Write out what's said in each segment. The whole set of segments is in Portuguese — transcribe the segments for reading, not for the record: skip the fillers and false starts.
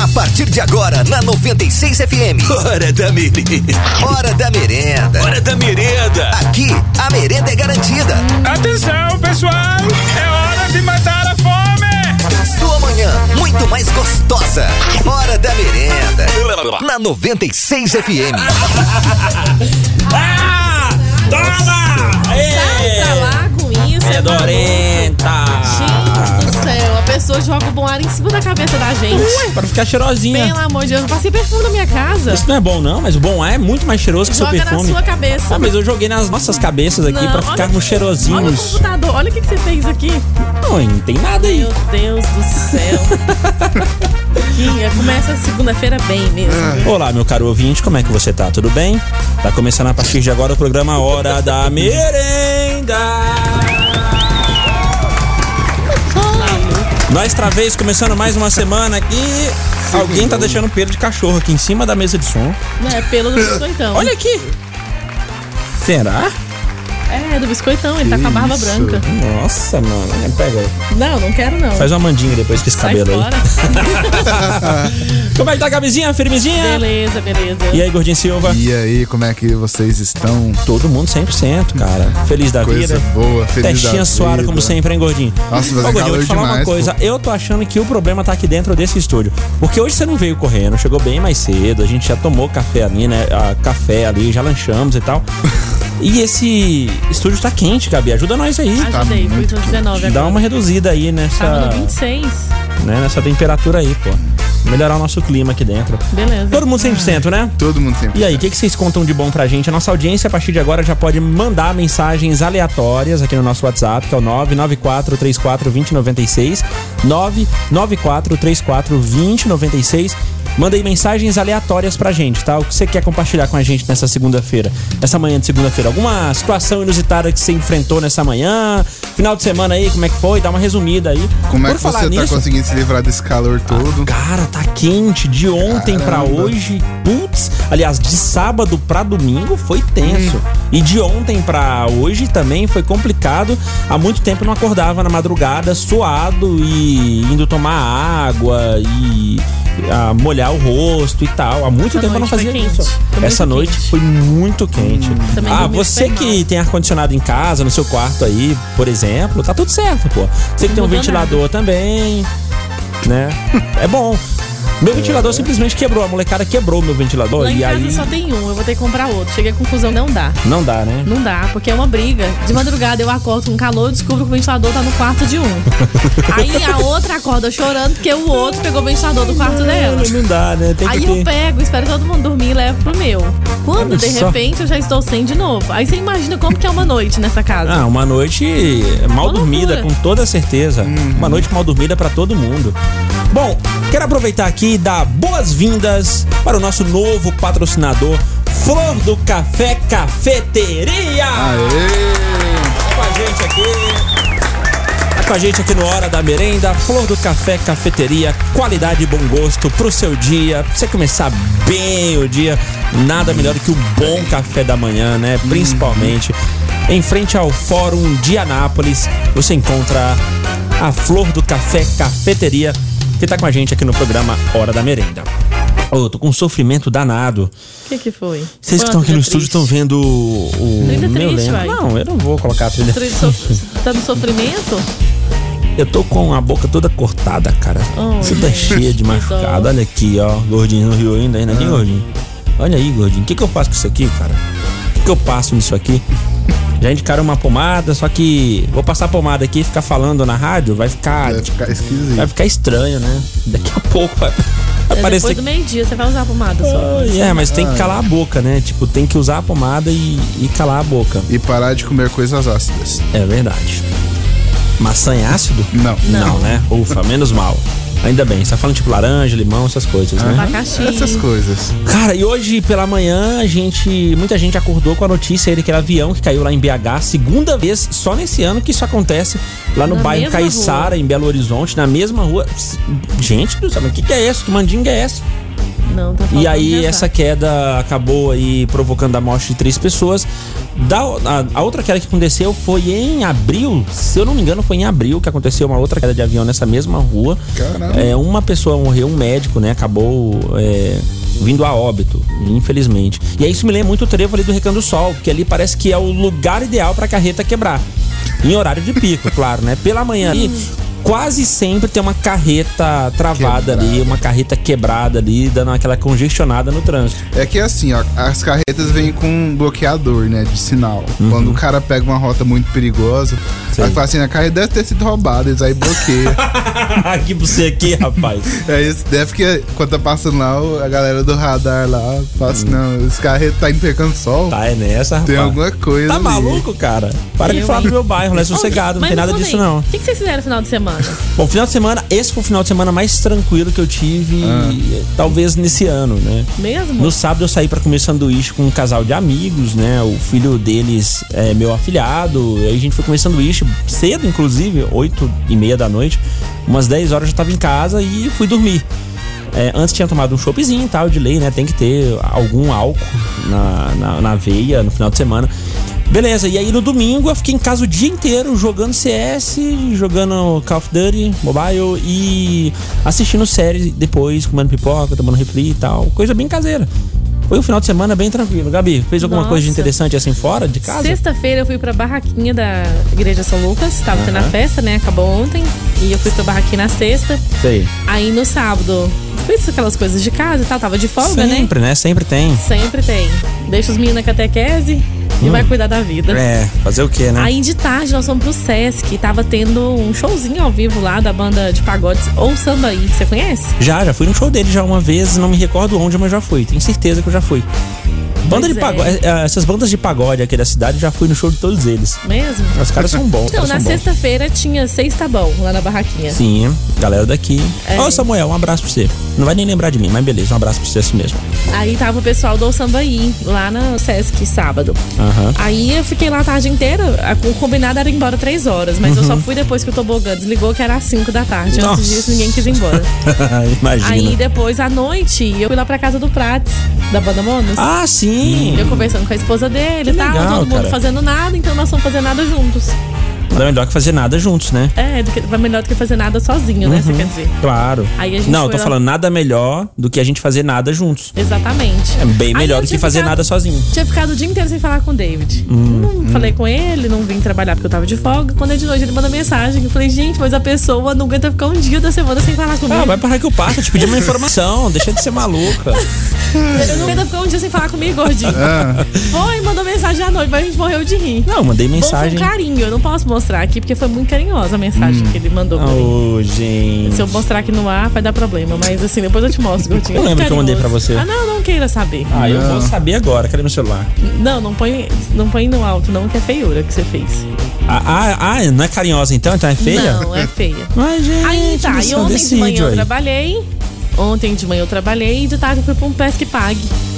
A partir de agora, na 96 FM. Hora da merenda. Hora da merenda. Hora da merenda. Aqui, a merenda é garantida. Atenção, pessoal. É hora de matar a fome. Sua manhã, muito mais gostosa. Hora da merenda. Na 96 FM. Toma! Sai pra lá com isso. Fedorenta! Gente do céu, a pessoa joga o bom ar em cima da cabeça da gente. Ué, pra ficar cheirosinha. Pelo amor de Deus, eu passei perfume na minha casa. Isso não é bom não, mas o bom ar é muito mais cheiroso que o seu Joga perfume. na sua cabeça. Ah, mas eu joguei nas nossas cabeças aqui Não, pra ficarmos Olha o cheirosinhos. computador, olha o que você fez aqui. Não tem nada aí. Meu Deus do céu. Começa a segunda-feira bem mesmo. Olá, meu caro ouvinte, como é que você tá? Tudo bem? Tá começando a partir de agora o programa Hora da Merenda. Nós travês começando mais uma semana aqui. Alguém tá deixando pelo de cachorro aqui em cima da mesa de som. Não, é pelo do biscoitão. Olha aqui. Será? É, do biscoitão, ele tá com a barba branca. Nossa, mano. Pega. Não quero não. Faz uma mandinga depois com esse Sai cabelo fora. aí. Como é que tá, Gabizinha? Firmezinha? Beleza. E aí, Gordinho Silva? E aí, como é que vocês estão? Todo mundo 100%, cara. Feliz da Coisa vida. boa, feliz Testinha da suada, vida. como sempre, hein, Gordinho? Nossa, Ô, vai Gordinho, calor vou te falar demais, uma coisa. pô. Eu tô achando que o problema tá aqui dentro desse estúdio. Porque hoje você não veio correndo, chegou bem mais cedo. A gente já tomou café ali, né? Café ali, já lanchamos e tal. E esse estúdio tá quente, Gabi. Ajuda nós aí. Ajudei, fui no 19 Dá agora. uma reduzida aí Tava nessa, no 26. né, nessa temperatura aí, pô. Melhorar o nosso clima aqui dentro. Beleza. Todo mundo 100%, né? Todo mundo sempre. E aí, o que vocês contam de bom pra gente? A nossa audiência, a partir de agora, já pode mandar mensagens aleatórias aqui no nosso WhatsApp, que é o 994342096. 994342096. Manda aí mensagens aleatórias pra gente, tá? O que você quer compartilhar com a gente nessa segunda-feira? Nessa manhã de segunda-feira? Alguma situação inusitada que você enfrentou nessa manhã? Final de semana aí, como é que foi? Dá uma resumida aí. Como é Por que falar você tá nisso, conseguindo se livrar desse calor todo? cara, tá quente. De ontem pra hoje, putz. Aliás, de sábado pra domingo foi tenso. E de ontem pra hoje também foi complicado. Há muito tempo eu não acordava na madrugada suado e indo tomar água e molhar o rosto e tal. Há muito tempo eu não fazia isso. Essa noite foi muito quente. Você que tem ar-condicionado em casa, no seu quarto aí, por exemplo, tá tudo certo, pô. Você que tem um ventilador também, né? É bom. Meu ventilador simplesmente quebrou. A molecada quebrou meu ventilador. Lá em e casa aí só tem um, eu vou ter que comprar outro. Cheguei à conclusão, não dá. não dá, né? Não dá, porque é uma briga. De madrugada eu acordo com calor e descubro que o ventilador tá no quarto de um. Aí a outra acorda chorando porque o outro pegou o ventilador do quarto dela. Não dá, né? Tem que Aí ter. eu pego, espero todo mundo dormir e levo pro meu. Quando, Olha de só. repente, eu já estou sem de novo. Aí você imagina como que é uma noite nessa casa. Ah, uma noite mal Uma dormida, loucura. com toda certeza. Uma noite mal dormida pra todo mundo. Bom, quero aproveitar aqui e dar boas-vindas para o nosso novo patrocinador, Flor do Café Cafeteria. Aê! Tá com a gente aqui. Tá com a gente aqui no Hora da Merenda. Flor do Café Cafeteria, qualidade e bom gosto pro seu dia. Pra você começar bem o dia, nada melhor do que um bom café da manhã, né? Principalmente em frente ao Fórum de Anápolis, você encontra a Flor do Café Cafeteria, que tá com a gente aqui no programa Hora da Merenda. Ô, tô com um sofrimento danado. O que foi? Vocês que estão aqui no estúdio estão vendo o Trilha meu triste, lembro. uai. Não, eu não vou colocar a trilha. Tá no sofrimento? Eu tô com a boca toda cortada, cara. Toda cheia de machucado. Olha aqui, ó. Gordinho no Rio ainda, aqui, gordinho. Olha aí, gordinho. O que eu faço com isso aqui, cara? O que eu passo nisso aqui? Já indicaram uma pomada, só que vou passar a pomada aqui e ficar falando na rádio, vai ficar esquisito. Vai ficar estranho, né? Daqui a pouco vai parecer Depois do meio-dia você vai usar a pomada só. mas tem que calar a boca, né? Tipo, tem que usar a pomada e calar a boca. E parar de comer coisas ácidas. É verdade. Maçã é ácido? Não. Não, né? Ufa, menos mal. Ainda bem, você tá falando tipo laranja, limão, essas coisas, né? Abacaxi. Essas coisas. Cara, e hoje pela manhã muita gente acordou com a notícia aí daquele avião que caiu lá em BH, segunda vez só nesse ano que isso acontece, lá no Na bairro mesma Caiçara, em Belo Horizonte, na mesma rua. Gente do céu, mas o que é isso? Que mandinga é essa? Não, tá E faltando aí rezar. essa queda acabou aí provocando a morte de 3 pessoas. A outra queda que aconteceu foi em abril, se eu não me engano foi em abril que aconteceu uma outra queda de avião nessa mesma rua. Caramba. Uma pessoa morreu, um médico, né, acabou vindo a óbito, infelizmente. E aí isso me lembra muito o trevo ali do Recanto do Sol, porque ali parece que é o lugar ideal pra carreta quebrar. Em horário de pico, claro, né? Pela manhã ali, quase sempre tem uma carreta travada ali, uma carreta quebrada ali, dando aquela congestionada no trânsito. É que assim, ó, as carretas vêm com um bloqueador, né, de sinal. Quando o cara pega uma rota muito perigosa, Sei. aí fala assim, a carreta deve ter sido roubada, eles aí bloqueiam. Aqui pra você aqui, rapaz. É isso, deve que quando tá passando lá, a galera do radar lá fala assim, não, esse carreta tá indo pro Recanto do Sol, Tá, é nessa, rapaz. tem alguma coisa Tá ali. maluco, cara? Para de Eu, falar hein? do meu bairro, né? Sossegado, não Mas tem nada me disso, conta aí, não. O que vocês fizeram no final de semana? Bom, final de semana, esse foi o final de semana mais tranquilo que eu tive, talvez nesse ano, né? Mesmo? No sábado eu saí pra comer sanduíche com um casal de amigos, né? O filho deles é meu afilhado. Aí a gente foi comer sanduíche cedo, inclusive, 8:30 da noite. Umas 10 horas eu já tava em casa e fui dormir. Antes tinha tomado um choppzinho e tal, de lei, né? Tem que ter algum álcool na veia no final de semana. Beleza, e aí no domingo eu fiquei em casa o dia inteiro jogando CS, jogando Call of Duty Mobile e assistindo série depois, comendo pipoca, tomando refri e tal. Coisa bem caseira. Foi um final de semana bem tranquilo. Gabi, fez alguma coisa de Nossa. interessante assim fora de casa? Sexta-feira eu fui pra barraquinha da Igreja São Lucas. Tava tendo a festa, né? Acabou ontem. E eu fui pra barraquinha na sexta. Sei. Aí no sábado, fiz aquelas coisas de casa e tal. Tava de folga, Sempre, né? Sempre tem. né? Sempre tem. Deixa os meninos na catequese e vai cuidar da vida. Fazer o quê, né? Aí de tarde nós fomos pro Sesc. Tava tendo um showzinho ao vivo lá da banda de pagodes ou Sambaí. Você conhece? Já fui no show dele já uma vez, não me recordo onde, mas já fui. Tenho certeza que eu já fui. Banda Pois de pagode, essas bandas de pagode aqui da cidade, já fui no show de todos eles. Mesmo? Os caras são bons. Então, os na caras são bons. sexta-feira tinha 6 tá bom lá na barraquinha. Sim, galera daqui. É. Ô, Samuel, um abraço pra você. Não vai nem lembrar de mim, mas beleza, um abraço pra você assim mesmo. Aí tava o pessoal do Sambaí, lá no Sesc, sábado. Aham. Aí eu fiquei lá a tarde inteira. O combinado era ir embora 3 horas, mas eu só fui depois que o tobogã desligou, que era às 5 da tarde. Nossa. Antes disso, ninguém quis ir embora. Imagina. Aí depois, à noite, eu fui lá pra casa do Prates, da banda Monos. Ah, sim. Eu conversando com a esposa dele e Que tal, legal, todo mundo cara. fazendo nada, então nós vamos fazer nada juntos. Não é melhor que fazer nada juntos, né? É melhor do que fazer nada sozinho, né? Você quer dizer? Claro. Aí a gente Não, eu foi tô lá- falando nada melhor do que a gente fazer nada juntos. Exatamente. É bem Aí melhor eu do que tinha fazer ficado- nada sozinho. Tinha ficado o dia inteiro sem falar com o David. Não falei com ele, não vim trabalhar porque eu tava de folga. Quando é de noite, ele manda mensagem. Eu falei, gente, mas a pessoa não aguenta ficar um dia da semana sem falar comigo. Ah, vai parar que eu passo, te pedi uma informação, deixa de ser maluca. Ele não aguenta ficar um dia sem falar comigo, gordinho. Foi, mandou mensagem à noite, mas a gente morreu de rir. Não, mandei Bom, mensagem. foi um carinho. Eu não posso mostrar aqui porque foi muito carinhosa a mensagem que ele mandou pra mim. Ô, gente. Se eu mostrar aqui no ar, vai dar problema. Mas assim, depois eu te mostro, gordinho. Eu lembro que eu mandei pra você. Ah, não queira saber. Ah, eu vou saber agora, cadê meu celular? Não põe no alto, não, que é feiura que você fez. Não é carinhosa então? Então é feia? Não, é feia. Mas, gente, Aí tá, e você ontem decide, de manhã eu ué. trabalhei. Ontem de manhã eu trabalhei e de tarde eu fui pra um Pesque Pague.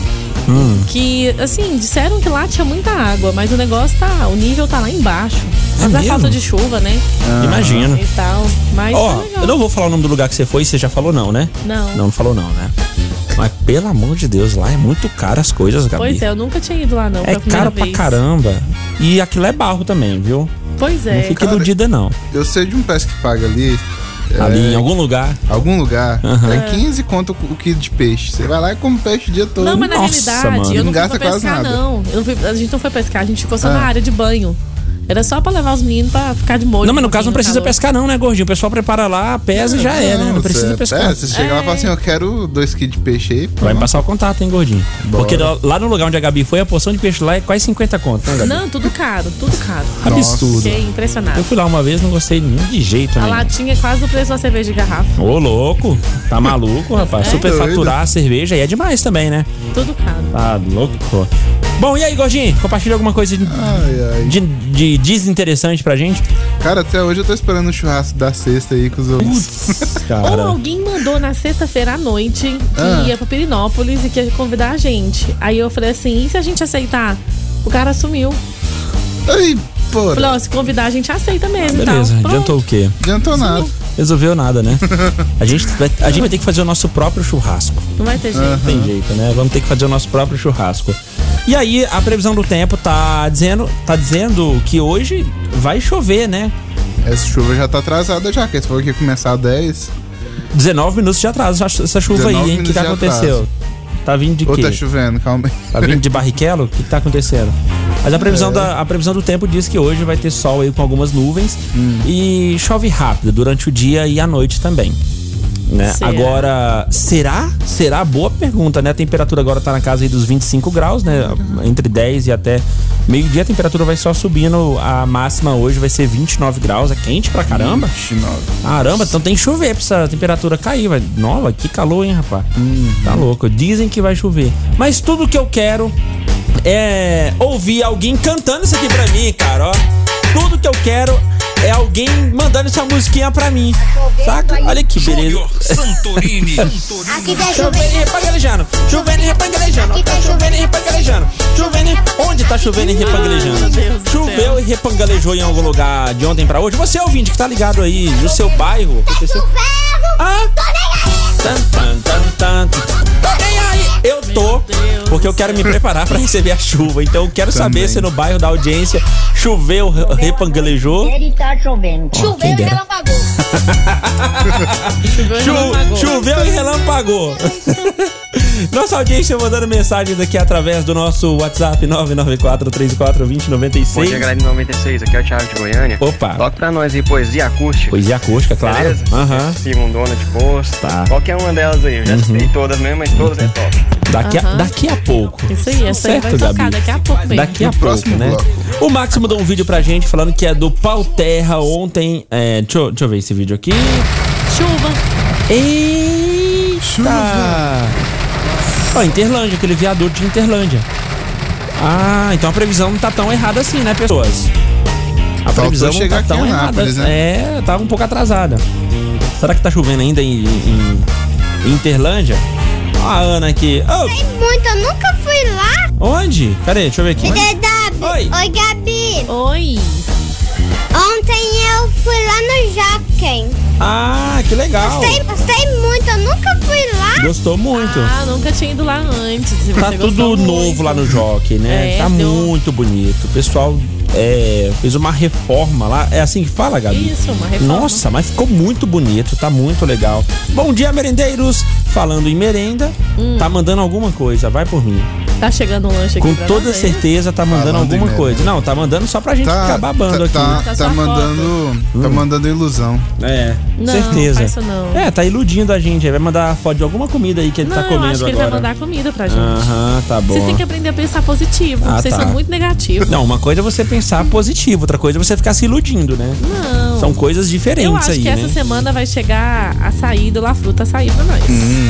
Que, assim, disseram que lá tinha muita água, mas o negócio o nível tá lá embaixo. Mas é mesmo? falta de chuva, né? Imagino. E tal. Mas Ó, tá legal. eu não vou falar o nome do lugar que você foi, você já falou não, né? Não. Não falou não, né? Mas pelo amor de Deus, lá é muito caro as coisas, Gabi. Pois é, eu nunca tinha ido lá não, É foi a primeira caro pra vez. caramba. E aquilo é barro também, viu? Pois Não é. fica Cara, iludida, não. Eu sei de um pesca que paga ali, Ali em algum lugar. algum lugar, é 15 conto o quilo de peixe. Você vai lá e come peixe o dia todo. Não, mas na Nossa, realidade, mano. eu Não não fui gasta pra quase pescar, nada. não. A gente não foi pescar, a gente ficou só na área de banho. Era só pra levar os meninos pra ficar de molho. Não, mas no um caso não pouquinho precisa calor. pescar não, né, gordinho? O pessoal prepara lá, pesa e já é, né? Não precisa você, pescar. você chega lá e fala assim, eu quero 2 quilos de peixe aí. Vai pronto. me passar o contato, hein, gordinho? Bora. Porque lá no lugar onde a Gabi foi, a porção de peixe lá é quase 50 conto, né, Gabi? Não, tudo caro, tudo caro. Absurdo. Fiquei impressionado. Eu fui lá uma vez, não gostei de jeito A nenhum. latinha é quase o preço de uma cerveja de garrafa. Ô, louco. Tá maluco, rapaz. É? Superfaturar a cerveja aí é demais também, né? Tudo caro. Tá louco. Bom, e aí, gordinho? Compartilha alguma coisa Ai, ai. de desinteressante pra gente? Cara, até hoje eu tô esperando o churrasco da sexta aí com os outros. Ou Cara. alguém mandou na sexta-feira à noite que Ah. ia pra Pirinópolis e que ia convidar a gente. Aí eu falei assim, e se a gente aceitar? O cara assumiu. Ai, pô, Falei, ó, se convidar a gente aceita mesmo e Beleza, tal. Pronto. adiantou o quê? adiantou nada. Resolveu nada, né? A gente vai ter que fazer o nosso próprio churrasco. Não vai ter jeito. Não tem jeito, né? Vamos ter que fazer o nosso próprio churrasco. E aí, a previsão do tempo tá dizendo que hoje vai chover, né? Essa chuva já tá atrasada já, que eles falaram que ia começar a 10. 19 minutos de atraso essa chuva aí, hein? O que aconteceu? Tá vindo de quê? Ou tá chovendo, calma aí. Tá vindo de Barrichello? O que tá acontecendo? Mas a previsão do tempo diz que hoje vai ter sol aí com algumas nuvens e chove rápido durante o dia e à noite também. Né? Agora, será? Boa pergunta, né? A temperatura agora tá na casa aí dos 25 graus, né? Entre 10 e até meio-dia a temperatura vai só subindo. A máxima hoje vai ser 29 graus. É quente pra caramba. 29. Caramba, então tem que chover pra essa temperatura cair. Nova, que calor, hein, rapaz? Tá louco. Dizem que vai chover. Mas tudo que eu quero é ouvir alguém cantando isso aqui pra mim, cara, ó. Tudo que eu quero é alguém mandando essa musiquinha pra mim. Saca? Olha que beleza. Santorini. Aqui tá Chovendo e repangalejando. Chovendo e repangalejando. Tá chovendo e repangalejando. Chovendo. Onde tá chovendo e repangalejando? Meu Deus do Choveu céu. e repangalejou em algum lugar de ontem pra hoje? Você, ouvinte, que tá ligado aí no seu bairro. Ah? Tô nem aí. Eu tô, porque eu quero me preparar pra receber a chuva. Então eu quero saber se no bairro da audiência choveu, repangalejou. Ele tá chovendo. Quem Choveu e dera. relampagou. Choveu e relampagou. Nossa audiência mandando mensagens aqui através do nosso WhatsApp 994-34-2096. Bom dia, galera de 96, aqui é o Thiago de Goiânia. Opa. Toca pra nós aí poesia acústica. Poesia acústica, claro. Beleza? Aham. Segundona de posto. Tá. Qualquer uma delas aí, eu já citei todas mesmo, mas todas é top. Daqui a pouco. Isso aí, essa aí vai Certo, tocar Gabi? daqui a pouco mesmo. Daqui a No pouco, próximo né? bloco. O Max mandou um vídeo pra gente falando que é do Pau Terra ontem. Deixa eu ver esse vídeo aqui. Chuva. Eita! Ó, Interlândia, aquele viaduto de Interlândia. Ah, então a previsão não tá tão errada assim, né, pessoas? A Faltou previsão não chegar tá aqui tão em errada. Anápolis, né? É, tava um pouco atrasada. Será que tá chovendo ainda em Interlândia? Ó a Ana aqui. Oh, Muito, eu nunca fui lá. onde? Cadê? Deixa eu ver aqui. Oi. Oi. Oi, Gabi. Oi. Ontem eu fui lá no Jockey. Ah, que legal. Gostei muito, eu nunca fui lá. Gostou muito. Ah, nunca tinha ido lá antes. Se Tá você tudo gostou novo muito. lá no Jockey, né? É, Tá deu- muito bonito. O pessoal fez uma reforma lá. É assim que fala, Gabi? Isso, uma reforma. Nossa, mas ficou muito bonito, tá muito legal. Bom dia, merendeiros. Falando em merenda, tá mandando alguma coisa, vai por mim. Tá chegando um lanche aqui Com pra toda nós, é isso? certeza tá mandando Falando em alguma merenda. coisa. Não, tá mandando só pra gente ficar babando aqui. Tá Tá só mandando. Tá mandando ilusão. É, Não, certeza. faz isso não. É, tá iludindo a gente. Aí vai mandar foto de alguma comida aí que ele Não, tá eu comendo acho que ele agora. vai mandar comida pra gente. Aham, tá bom. Vocês têm que aprender a pensar positivo. Ah, Vocês tá. são muito negativos. Não, uma coisa é você pensar positivo, outra coisa é você ficar se iludindo, né? Não. São coisas diferentes Eu acho aí, que né? essa semana vai chegar a açaí do La Fruta açaí pra nós.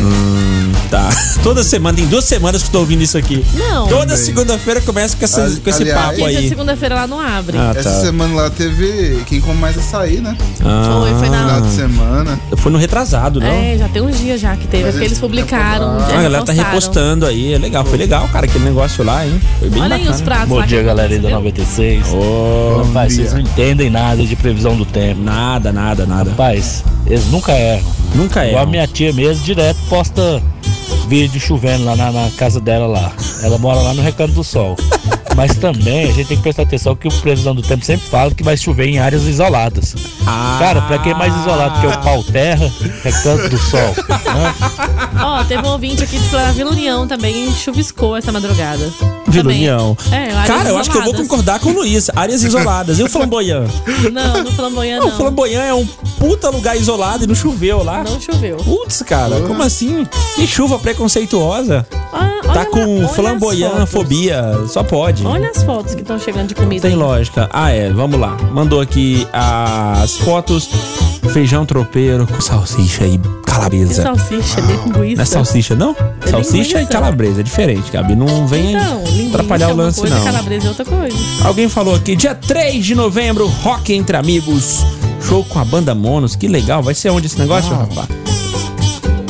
Tá. Toda semana, tem 2 semanas que eu tô ouvindo isso aqui. Não. Toda Também. segunda-feira começa com, com esse Aliás, papo Dia de aí. segunda-feira lá não abre. Ah, Essa tá. semana lá teve quem come mais açaí, né? Foi na- Final de semana. Foi no retrasado, não? É, já tem uns dias já que teve. Mas Porque eles eles publicaram. repostaram. Ah, a galera tá postaram. repostando aí, é legal. Foi legal, cara, aquele negócio lá, hein? Foi bem Olha aí bacana. os pratos Bom lá dia, que galera aí da viu? 96. Ô, Rapaz, dia. vocês não entendem nada de previsão do tempo. nada. Rapaz, eles nunca erram. Nunca é. Igual a minha tia mesmo, direto posta vídeo chovendo lá na casa dela lá. Ela mora lá no Recanto do Sol. Mas também a gente tem que prestar atenção que o previsão do tempo sempre fala que vai chover em áreas isoladas. Ah. Cara, pra quem é mais isolado que o Pau Terra, Recanto do Sol, né? Ó, teve um ouvinte aqui de Vila União também chuviscou essa madrugada. Vila Também. União. É, áreas Cara, eu acho que eu vou isoladas. concordar com o Luiz. Áreas isoladas. E o Flamboyant? Não, no Flamboyant Não, o não. Flamboyant é um puta lugar isolado e não choveu lá. Não choveu. Putz, cara, como assim? Que chuva preconceituosa. Ah, Tá olha lá, com olha as flamboyant-fobia. Só pode. fotos. Olha as fotos que estão chegando de comida. Tem aí. lógica. Ah, vamos lá. Mandou aqui as fotos. Feijão tropeiro com salsicha e Que calabresa. salsicha, linguiça. Não é salsicha, não? É Salsicha e linguiça. calabresa. É diferente, Gabi. Não vem Então, linguiça atrapalhar é o uma lance, coisa, não. calabresa é outra coisa. Alguém falou aqui, dia 3 de novembro, Rock Entre Amigos. Show com a banda Monos. Que legal. Vai ser onde esse negócio, rapaz?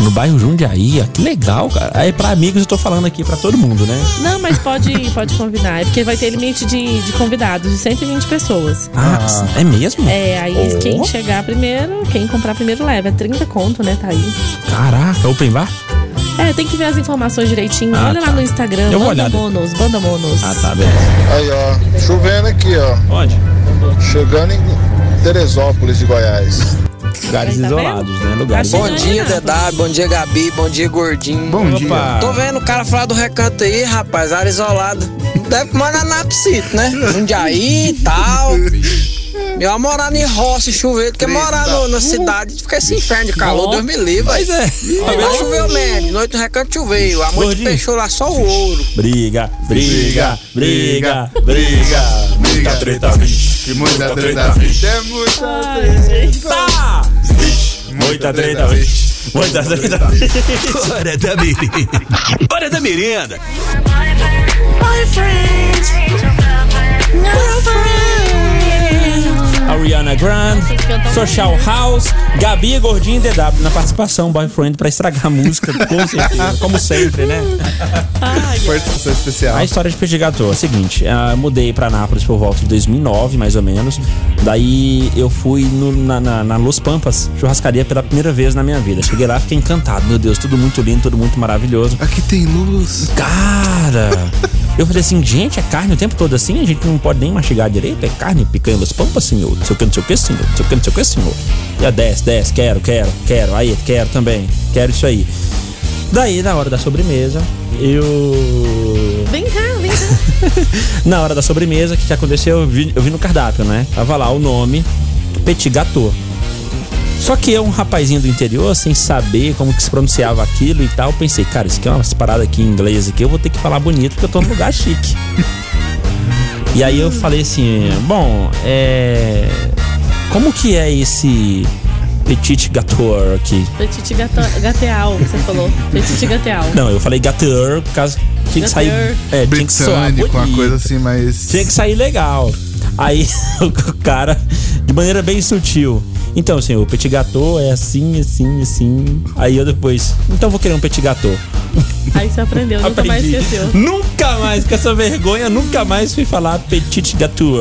no bairro Jundiaí, que legal, cara. Aí pra amigos eu tô falando aqui pra todo mundo, né? Não, mas pode convidar. É porque vai ter limite de convidados, de 120 pessoas. Ah, é mesmo? É, aí quem chegar primeiro, quem comprar primeiro leva. É 30 conto, né? Tá aí. Caraca, open bar? É, tem que ver as informações direitinho. Ah, Olha tá. lá no Instagram, Eu vou Banda olhar Monos, Banda Monos. Ah, tá, beleza. Aí, ó, chovendo aqui, ó. Onde? Chegando em Teresópolis de Goiás. Lugares Aí, tá isolados, né? Lugares Tá Bom chegando. dia, DW, bom dia, Gabi, bom dia, Gordinho. Bom dia. Opa. Tô vendo o cara falar do recanto aí, rapaz, área isolada. Deve morar na Napsito, né? Jundiaí e tal. Eu morar em roça e chover, porque morar na cidade fica esse inferno de calor, Deus me livre. Mas é. Não choveu mesmo, de noite no recanto choveu. A noite Gordinho. fechou lá só o ouro. Briga. Muita treta, vixe. E muita treta, vixe. É muita treta. Tá! Muita treta, vixe. Muita treta, vixe. Hora da merenda. Hora da merenda. Ariana Grande, Social House, Gabi, Gordinho e DW na participação, Boyfriend, pra estragar a música, com certeza, como sempre, né? Participação especial. A história de Petit Gâteau é a seguinte, eu mudei pra Nápoles por volta de 2009, mais ou menos. Daí eu fui na Los Pampas, churrascaria, pela primeira vez na minha vida. Cheguei lá, fiquei encantado, meu Deus, tudo muito lindo, tudo muito maravilhoso. Aqui tem luz. Cara, eu falei assim, gente, é carne o tempo todo assim? A gente não pode nem mastigar direito? É carne, picanha, Los Pampas, senhor? Não sei o que, senhor? Não sei o que, senhor? E a 10, quero. Aí, quero também. Quero isso aí. Daí, na hora da sobremesa, Vem cá. na hora da sobremesa, o que aconteceu? Eu vi no cardápio, né? Tava lá o nome, Petit Gâteau. Só que eu, um rapazinho do interior, sem saber como que se pronunciava aquilo e tal, pensei, cara, isso aqui é uma parada aqui em inglês aqui, eu vou ter que falar bonito porque eu tô num lugar chique. E aí eu falei assim, bom, como que é esse Petit Gâteau aqui? Petit Gâteau, você falou. Petit Gâteau. Não, eu falei Gâteau, por causa que tinha que sair... tinha que soar Britânico, uma bonito. coisa assim, mas... Tinha que sair legal. Aí o cara, de maneira bem sutil, então, assim, o Petit Gâteau é assim. Aí eu depois, então vou querer um Petit Gâteau. Aí você aprendeu, nunca mais esqueceu. Nunca mais, com essa vergonha, nunca mais fui falar Petit Gâteau.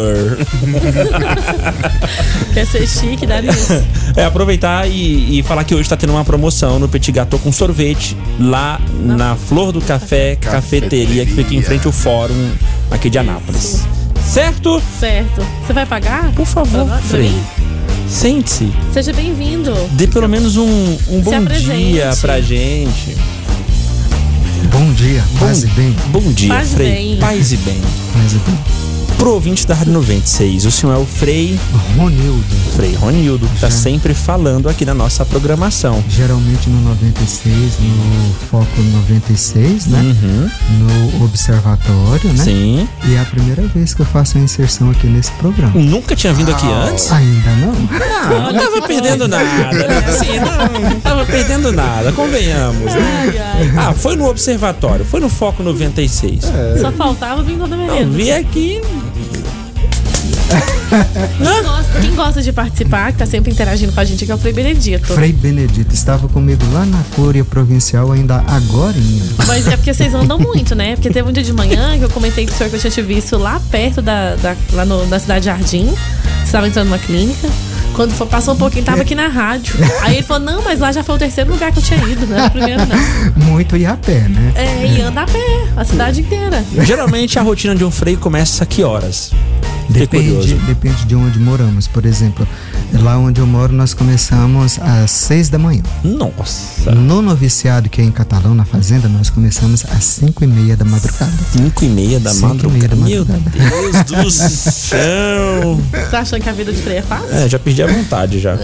Quer ser chique, dá nisso. Aproveitar e falar que hoje tá tendo uma promoção no Petit Gâteau com sorvete lá na Flor do Café Cafeteria, que fica em frente ao fórum aqui de Anápolis. Certo? Certo. Você vai pagar? Por favor, Frei. Sente-se. Seja bem-vindo. Dê pelo menos um bom apresente. dia pra gente. Bom dia, paz e bem. Bom dia, Paz e Frei. bem. Paz e bem. Paz e bem. Pro ouvinte da Rádio 96, o senhor é o Frei Ronildo, que tá sempre falando aqui na nossa programação. Geralmente no 96, no Foco 96, né? Uhum. No Observatório, né? Sim. E é a primeira vez que eu faço a inserção aqui nesse programa. Nunca tinha vindo aqui antes? Ainda não? Não tava perdendo nada, né? Assim, não tava perdendo nada, convenhamos, né? Foi no Observatório, foi no Foco 96. Só faltava vir no Não, merenda. vi aqui. Quem gosta de participar, que tá sempre interagindo com a gente, que é o Frei Benedito. Frei Benedito estava comigo lá na Cúria Provincial ainda agorinha. Mas é porque vocês andam muito, né? Porque teve um dia de manhã que eu comentei com o senhor que eu tinha te visto lá perto lá na Cidade Jardim. Você estava entrando numa clínica. Quando passou um pouquinho, tava aqui na rádio. Aí ele falou, não, mas lá já foi o terceiro lugar que eu tinha ido, não era o primeiro, não. Muito e a pé, né? E anda a pé, a cidade inteira. Geralmente a rotina de um freio começa a que horas? Depende de onde moramos. Por exemplo, lá onde eu moro, nós começamos às 6 da manhã. Nossa! No noviciado, que é em Catalão, na fazenda, nós começamos às 5:30 da madrugada. 5:30 da madrugada? Meu Deus do céu! Você tá achando que a vida de freio é fácil? Já perdi a vontade já.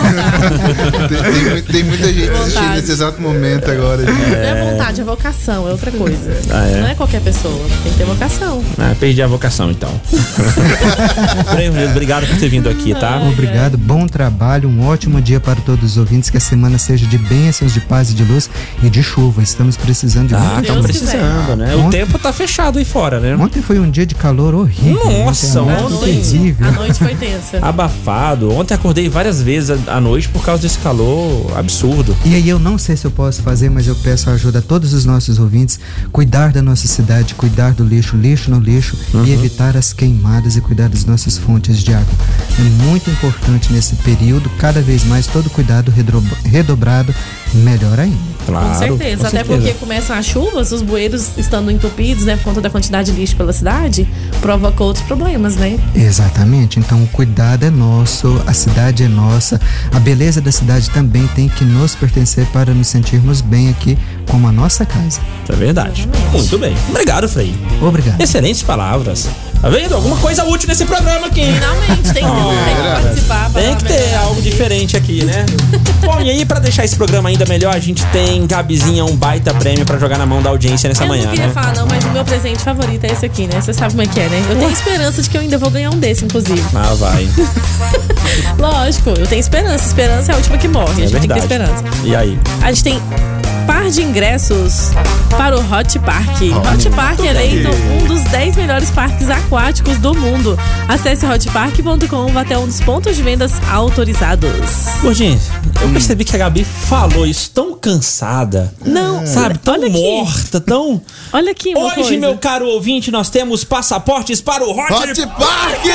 Tem muita gente assistindo nesse exato momento agora. Não é vontade, é vocação, é outra coisa. Não é qualquer pessoa, tem que ter vocação. Perdi a vocação, então. Frei Ronildo, obrigado por ter vindo aqui, tá? Obrigado, bom trabalho, um ótimo dia para todos os ouvintes, que a semana seja de bênçãos, de paz e de luz e de chuva. Estamos precisando de muita estamos precisando, né? O tempo tá fechado aí fora, né? Ontem foi um dia de calor horrível. Nossa, ontem A noite foi tensa. Abafado. Ontem ontem acordei várias vezes à noite por causa desse calor absurdo. E aí eu não sei se eu posso fazer, mas eu peço ajuda a todos os nossos ouvintes, cuidar da nossa cidade, cuidar do lixo no lixo e evitar as queimadas e cuidar das nossas fontes de água. É muito importante nesse período, cada vez mais, todo cuidado redobrado, melhor ainda. Claro, com certeza, até porque começam as chuvas, os bueiros estando entupidos, né, por conta da quantidade de lixo pela cidade, provocou outros problemas, né? Exatamente, então o cuidado é nosso, a cidade é nossa, a beleza da cidade também tem que nos pertencer para nos sentirmos bem aqui como a nossa casa. Isso é verdade. Exatamente. Muito bem. Obrigado, Frei. Obrigado. Excelentes palavras. Tá vendo? Alguma coisa útil nesse programa aqui. Finalmente, tem que participar. Tem que ter algo diferente aqui, né? Bom, e aí, pra deixar esse programa ainda melhor, a gente tem, Gabizinha, um baita prêmio pra jogar na mão da audiência nessa manhã, né? Eu não queria falar não, mas o meu presente favorito é esse aqui, né? Você sabe como é que é, né? Eu tenho esperança de que eu ainda vou ganhar um desse, inclusive. Ah, vai. Lógico, eu tenho esperança. Esperança é a última que morre. A gente tem que ter esperança. E aí? A gente tem par de ingressos para o Hot Park. Hot Park é eleito um dos 10 melhores parques aquáticos do mundo. Acesse hotpark.com, vá até um dos pontos de vendas autorizados. Gordinho, eu percebi que a Gabi falou isso tão cansada. Não, sabe? Tão morta, tão... Olha aqui uma Hoje, coisa. meu caro ouvinte, nós temos passaportes para o Hot Park!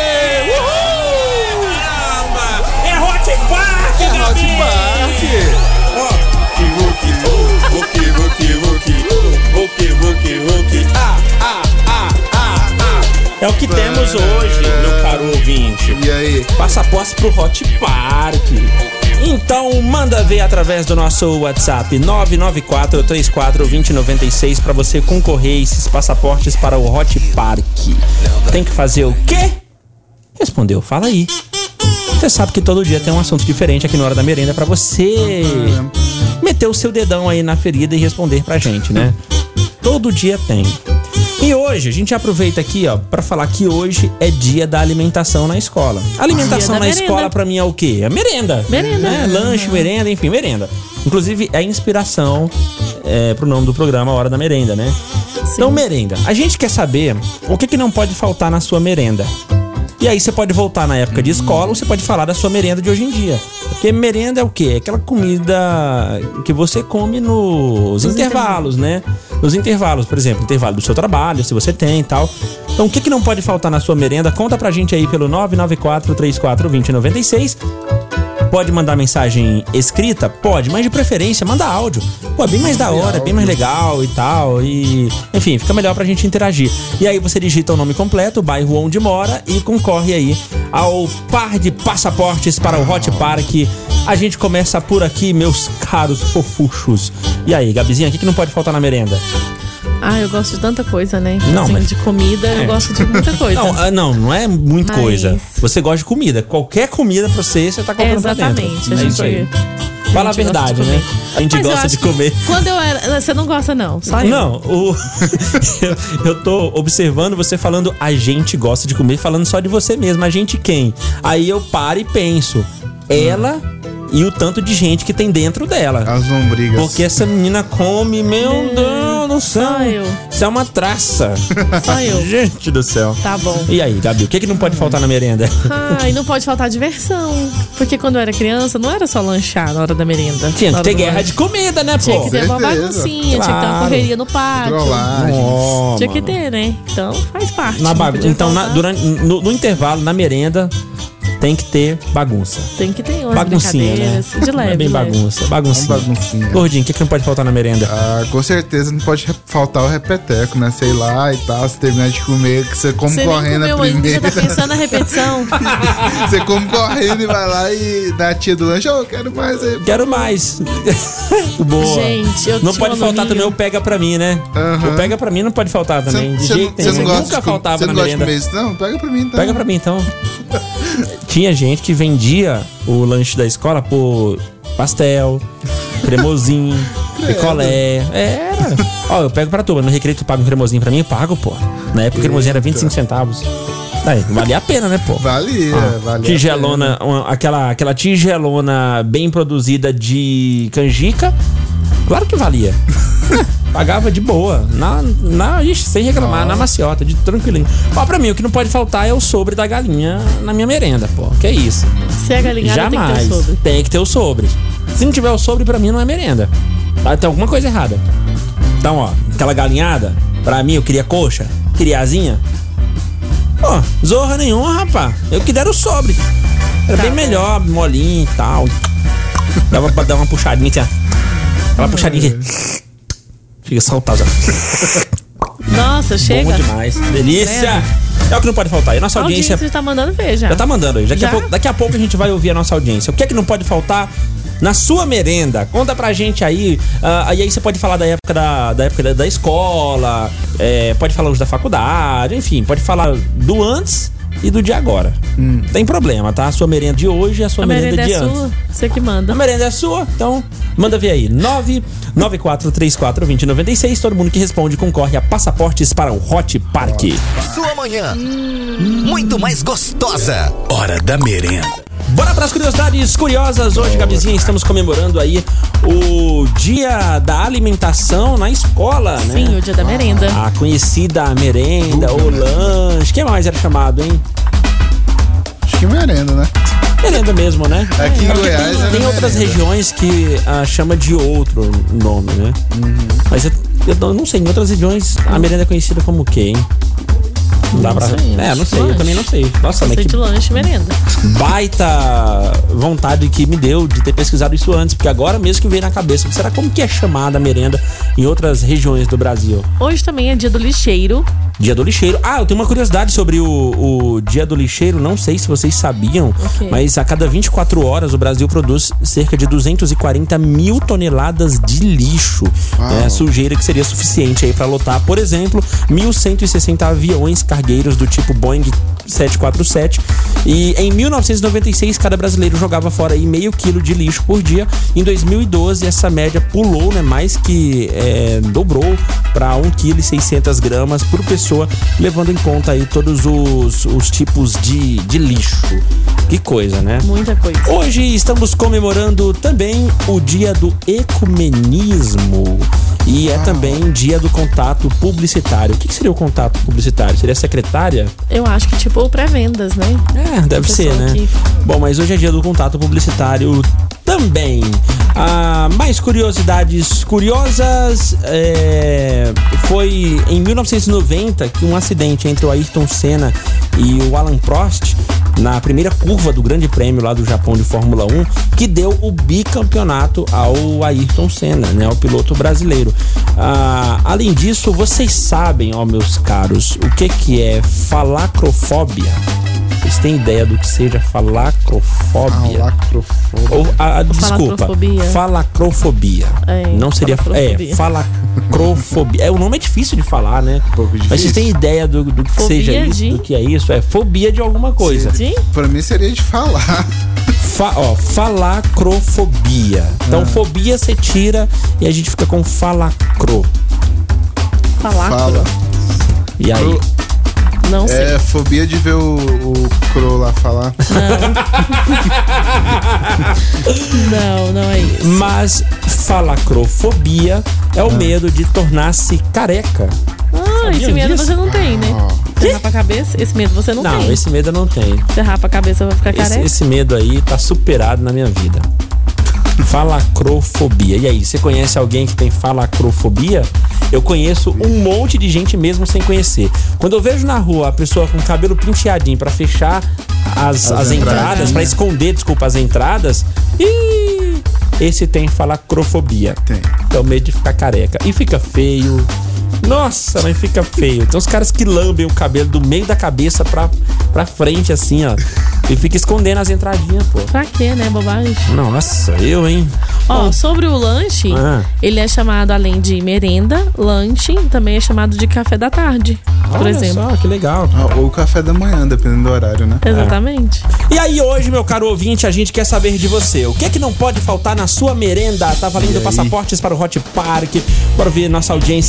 É Hot Park, É Hot Park! É o que temos hoje, meu caro ouvinte. E aí? Passaporte pro Hot Park. Então, manda ver através do nosso WhatsApp 994-34-2096 para você concorrer a esses passaportes para o Hot Park. Tem que fazer o quê? Respondeu, fala aí. Você sabe que todo dia tem um assunto diferente aqui na Hora da Merenda pra você meter o seu dedão aí na ferida e responder pra gente, né? Todo dia tem. E hoje, a gente aproveita aqui, ó, pra falar que hoje é dia da alimentação na escola. Alimentação na escola pra mim é o quê? É merenda. Merenda. Né? Lanche, merenda, enfim, merenda. Inclusive, é inspiração pro nome do programa, Hora da Merenda, né? Sim. Então, merenda. A gente quer saber o que não pode faltar na sua merenda. E aí você pode voltar na época de escola ou você pode falar da sua merenda de hoje em dia. Porque merenda é o quê? É aquela comida que você come nos intervalos, né? Nos intervalos, por exemplo, intervalo do seu trabalho, se você tem e tal. Então o que não pode faltar na sua merenda? Conta pra gente aí pelo 994-34-2096. Pode mandar mensagem escrita? Pode, mas de preferência manda áudio. Pô, é bem mais da hora, é bem mais legal e tal. E, enfim, fica melhor pra gente interagir. E aí você digita o nome completo, o bairro onde mora e concorre aí ao par de passaportes para o Hot Park. A gente começa por aqui, meus caros fofuchos. E aí, Gabizinha, o que não pode faltar na merenda? Ah, eu gosto de tanta coisa, né? Não, assim, mas... de comida, eu gosto de muita coisa. Não é muita coisa. Você gosta de comida. Qualquer comida pra você tá comprando pra dentro. Exatamente. É isso aí. Fala a verdade, né? A gente gosta de comer. Quando eu era... Você não gosta, não? Só eu. Não, eu tô observando você falando a gente gosta de comer, falando só de você mesmo. A gente quem? Aí eu paro e penso. Ela... E o tanto de gente que tem dentro dela. As lombrigas. Porque essa menina come, meu Deus do céu. Só eu. Isso é uma traça. Só eu. Gente do céu. Tá bom. E aí, Gabi, o que não pode faltar na merenda? E não pode faltar diversão. Porque quando eu era criança, não era só lanchar na hora da merenda. Tinha que ter guerra de comida, né, pô? Tinha que ter uma baguncinha, tinha que ter uma correria no pátio. Tinha que ter, né? Então faz parte. Então, no intervalo, na merenda... Tem que ter bagunça. Tem que ter umas baguncinha, brincadeiras, né? de leve. É bem bagunça. Baguncinha. Gordinho, o que não pode faltar na merenda? Com certeza não pode faltar o repeteco, né? Sei lá e tal. Você terminar de comer, que você come correndo a primeira. Você tá pensando na repetição? Você come correndo e vai lá e dá a tia do lanche, eu quero mais aí. Quero mais. Boa. Gente, eu não pode faltar também o pega pra mim, né? O pega pra mim não pode faltar também. De jeito nenhum. Nunca faltava na merenda. Você não gosta de comer isso? Não, pega pra mim então. Pega pra mim então. Tinha gente que vendia o lanche da escola por pastel, cremosinho, picolé. Era. Ó, eu pego pra tu, mas no recreio tu paga um cremosinho pra mim? Eu pago, pô. Na época o cremosinho era 25 centavos. Daí, valia a pena, né, pô? Valia. Tigelona, aquela tigelona bem produzida de canjica. Claro que valia. Pagava de boa. Ixi, sem reclamar, na maciota, de tranquilinho. Ó, pra mim, o que não pode faltar é o sobre da galinha na minha merenda, pô. Que é isso? Se é galinhada, jamais. tem que ter o sobre. Tem que ter o sobre. Se não tiver o sobre, pra mim não é merenda. Tem alguma coisa errada. Então, ó, aquela galinhada, pra mim eu queria coxa, queria asinha. Pô, zorra nenhuma, rapaz. Eu que deram o sobre. Era bem melhor, molinho e tal. Dava pra dar uma puxadinha, assim, aquela puxadinha que fica saltado. Nossa, chega. Bom demais. Delícia. É o que não pode faltar. E a nossa audiência tá mandando ver já. Já tá mandando aí. Daqui a pouco a gente vai ouvir a nossa audiência. O que é que não pode faltar na sua merenda? Conta pra gente aí. E aí você pode falar da época da escola, pode falar hoje da faculdade, enfim, pode falar do antes e do de agora. Tem problema, tá? A sua merenda de hoje e a sua merenda de antes. Sua, você que manda. A merenda é sua, então manda ver aí. 994342096. Todo mundo que responde concorre a passaportes para o Hot Park. Sua manhã muito mais gostosa. Hora da merenda. Bora para as curiosidades curiosas. Hoje, Gabizinha, estamos comemorando aí o dia da alimentação na escola, né? Sim, o dia da merenda. A conhecida merenda, ou lanche. O que mais era chamado, hein? Acho que merenda, né? Merenda mesmo, né? Aqui em Goiás tem outras regiões que chama de outro nome, né? Mas eu não sei, em outras regiões a merenda é conhecida como o quê, hein? Não dá pra... não sei, eu também não sei. Nossa, mas que de lanche e merenda. Baita vontade que me deu de ter pesquisado isso antes, porque agora mesmo que veio na cabeça. Será como que é chamada a merenda em outras regiões do Brasil? Hoje também é dia do lixeiro. Dia do lixeiro. Eu tenho uma curiosidade sobre o dia do lixeiro. Não sei se vocês sabiam, mas a cada 24 horas o Brasil produz cerca de 240 mil toneladas de lixo. Sujeira que seria suficiente aí para lotar, por exemplo, 1.160 aviões cargueiros do tipo Boeing 747. E em 1996 cada brasileiro jogava fora aí meio quilo de lixo por dia. Em 2012 essa média pulou, né, mais que dobrou para 1,6 kg por pessoa, levando em conta aí todos os tipos de lixo. Que coisa, né? Muita coisa. Hoje estamos comemorando também o dia do ecumenismo. E é também dia do contato publicitário. O que seria o contato publicitário? Seria a secretária? Eu acho que tipo pré-vendas, né? Deve ser, né? Bom, mas hoje é dia do contato publicitário também. Mais curiosidades curiosas. Foi em 1990 que um acidente entre o Ayrton Senna e o Alan Prost na primeira curva do Grande Prêmio lá do Japão de Fórmula 1, que deu o bicampeonato ao Ayrton Senna, né, ao piloto brasileiro. Além disso, vocês sabem, meus caros, o que é falacrofobia? Vocês têm ideia do que seja falacrofobia? Desculpa, falacrofobia. Não seria falacrofobia. O nome é difícil de falar, né? Mas vocês têm ideia do que seja isso? Do que é isso? É fobia de alguma coisa. Sim. Pra mim seria de falar. Falacrofobia. Então, fobia você tira e a gente fica com falacro. Falacro. E aí? Não sei. Fobia de ver o Crow lá falar. Não é isso. Mas falacrofobia é o medo de tornar-se careca. Esse medo você não tem, né? Você rapa a cabeça? Esse medo você não tem. Não, esse medo eu não tenho. Você rapa a cabeça vai ficar careca? Esse medo aí tá superado na minha vida. Falacrofobia. E aí, você conhece alguém que tem falacrofobia? Eu conheço um monte de gente mesmo sem conhecer. Quando eu vejo na rua a pessoa com o cabelo penteadinho pra fechar as entradas, pra esconder, as entradas, esse tem falacrofobia. Tem. É o medo de ficar careca. E fica feio. Nossa, mas fica feio. Tem uns caras que lambem o cabelo do meio da cabeça pra frente, assim, ó. E fica escondendo as entradinhas, pô. Pra quê, né? Bobagem. Nossa, hein? Sobre o lanche, ele é chamado, além de merenda, lanche, também é chamado de café da tarde, por exemplo. Olha só, que legal. Ou café da manhã, dependendo do horário, né? Exatamente. E aí hoje, meu caro ouvinte, a gente quer saber de você. O que é que não pode faltar na sua merenda? Tá valendo passaportes para o Hot Park. Bora ver nossa audiência. O que nossa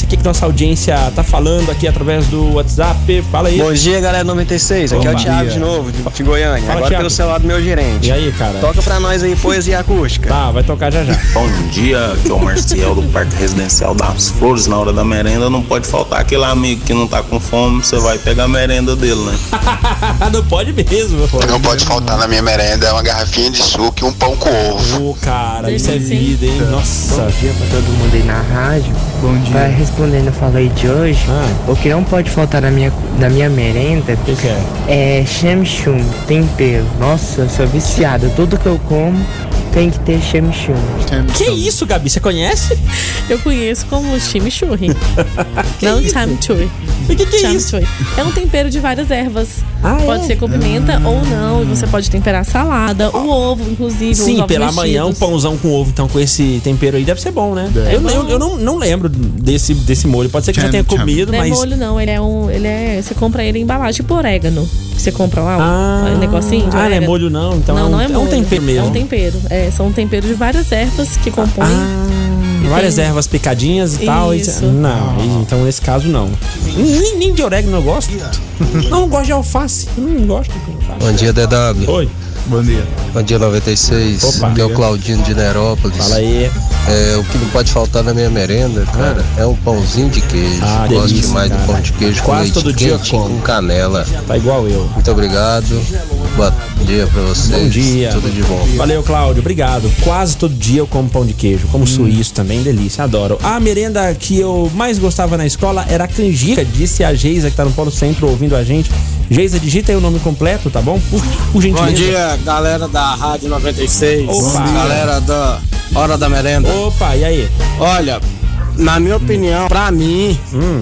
audiência tá falando aqui através do WhatsApp. Fala aí. Bom dia, galera 96. Aqui é o Thiago de novo, de Goiânia. Fala, Agora Thiago. pelo celular do meu gerente. E aí, cara? Toca pra nós aí poesia acústica. Tá, vai tocar já já. Bom dia, aqui é o Marcial do Parque Residencial das Flores. Na hora da merenda não pode faltar aquele amigo que não tá com fome, você vai pegar a merenda dele, né? Não pode mesmo. Não pode faltar na minha merenda uma garrafinha de suco e um pão com ovo. Ô, cara, isso é vida, hein? Nossa. Bom dia pra todo mundo aí na rádio. Bom dia. Vai respondendo a fala aí de hoje. O que não pode faltar na minha merenda é chamichum, tempero. Nossa, eu sou viciado. Tudo que eu como tem que ter chamichum. Que isso, Gabi? Você conhece? Eu conheço como chimichurri. Não chimichurri. O que é isso? É um tempero de várias ervas. Pode é? ser com pimenta ou não. E você pode temperar salada, o ovo, inclusive. Sim, os ovos pela manhã um mexidos. pãozão com ovo, então com esse tempero aí deve ser bom, né? É Eu não lembro desse molho. Pode ser que já tenha comido, Não mas... é molho, não. Você compra ele em embalagem, tipo orégano. Você compra lá um negocinho de orégano. Não é molho não, então não é molho. um tempero mesmo. É um tempero. São temperos de várias ervas que compõem. Várias ervas picadinhas e tal. Isso. Não, então nesse caso não. Nem de orégano eu gosto. Não gosto de alface. Não gosto de alface. Bom dia, DW. Oi. Bom dia. Bom dia, 96. Opa. Aqui é o Claudinho de Nerópolis. Fala aí. O que não pode faltar na minha merenda, cara, é um pãozinho de queijo. Gosto delícia, demais cara. do pão de queijo Quase com leite todo dia quentinho, como. com canela. Tá igual eu. Muito obrigado. Bom dia pra vocês. Bom dia. Tudo de bom. Valeu, Cláudio. Obrigado. Quase todo dia eu como pão de queijo. Como suíço também, delícia. Adoro. A merenda que eu mais gostava na escola era a canjica, disse a Geisa, que tá no Polo Centro ouvindo a gente. Geisa, digita aí o nome completo, tá bom? Por gentileza. Bom dia, galera da Rádio 96. Opa. Galera da Hora da Merenda. Opa, e aí? Olha, na minha opinião, pra mim,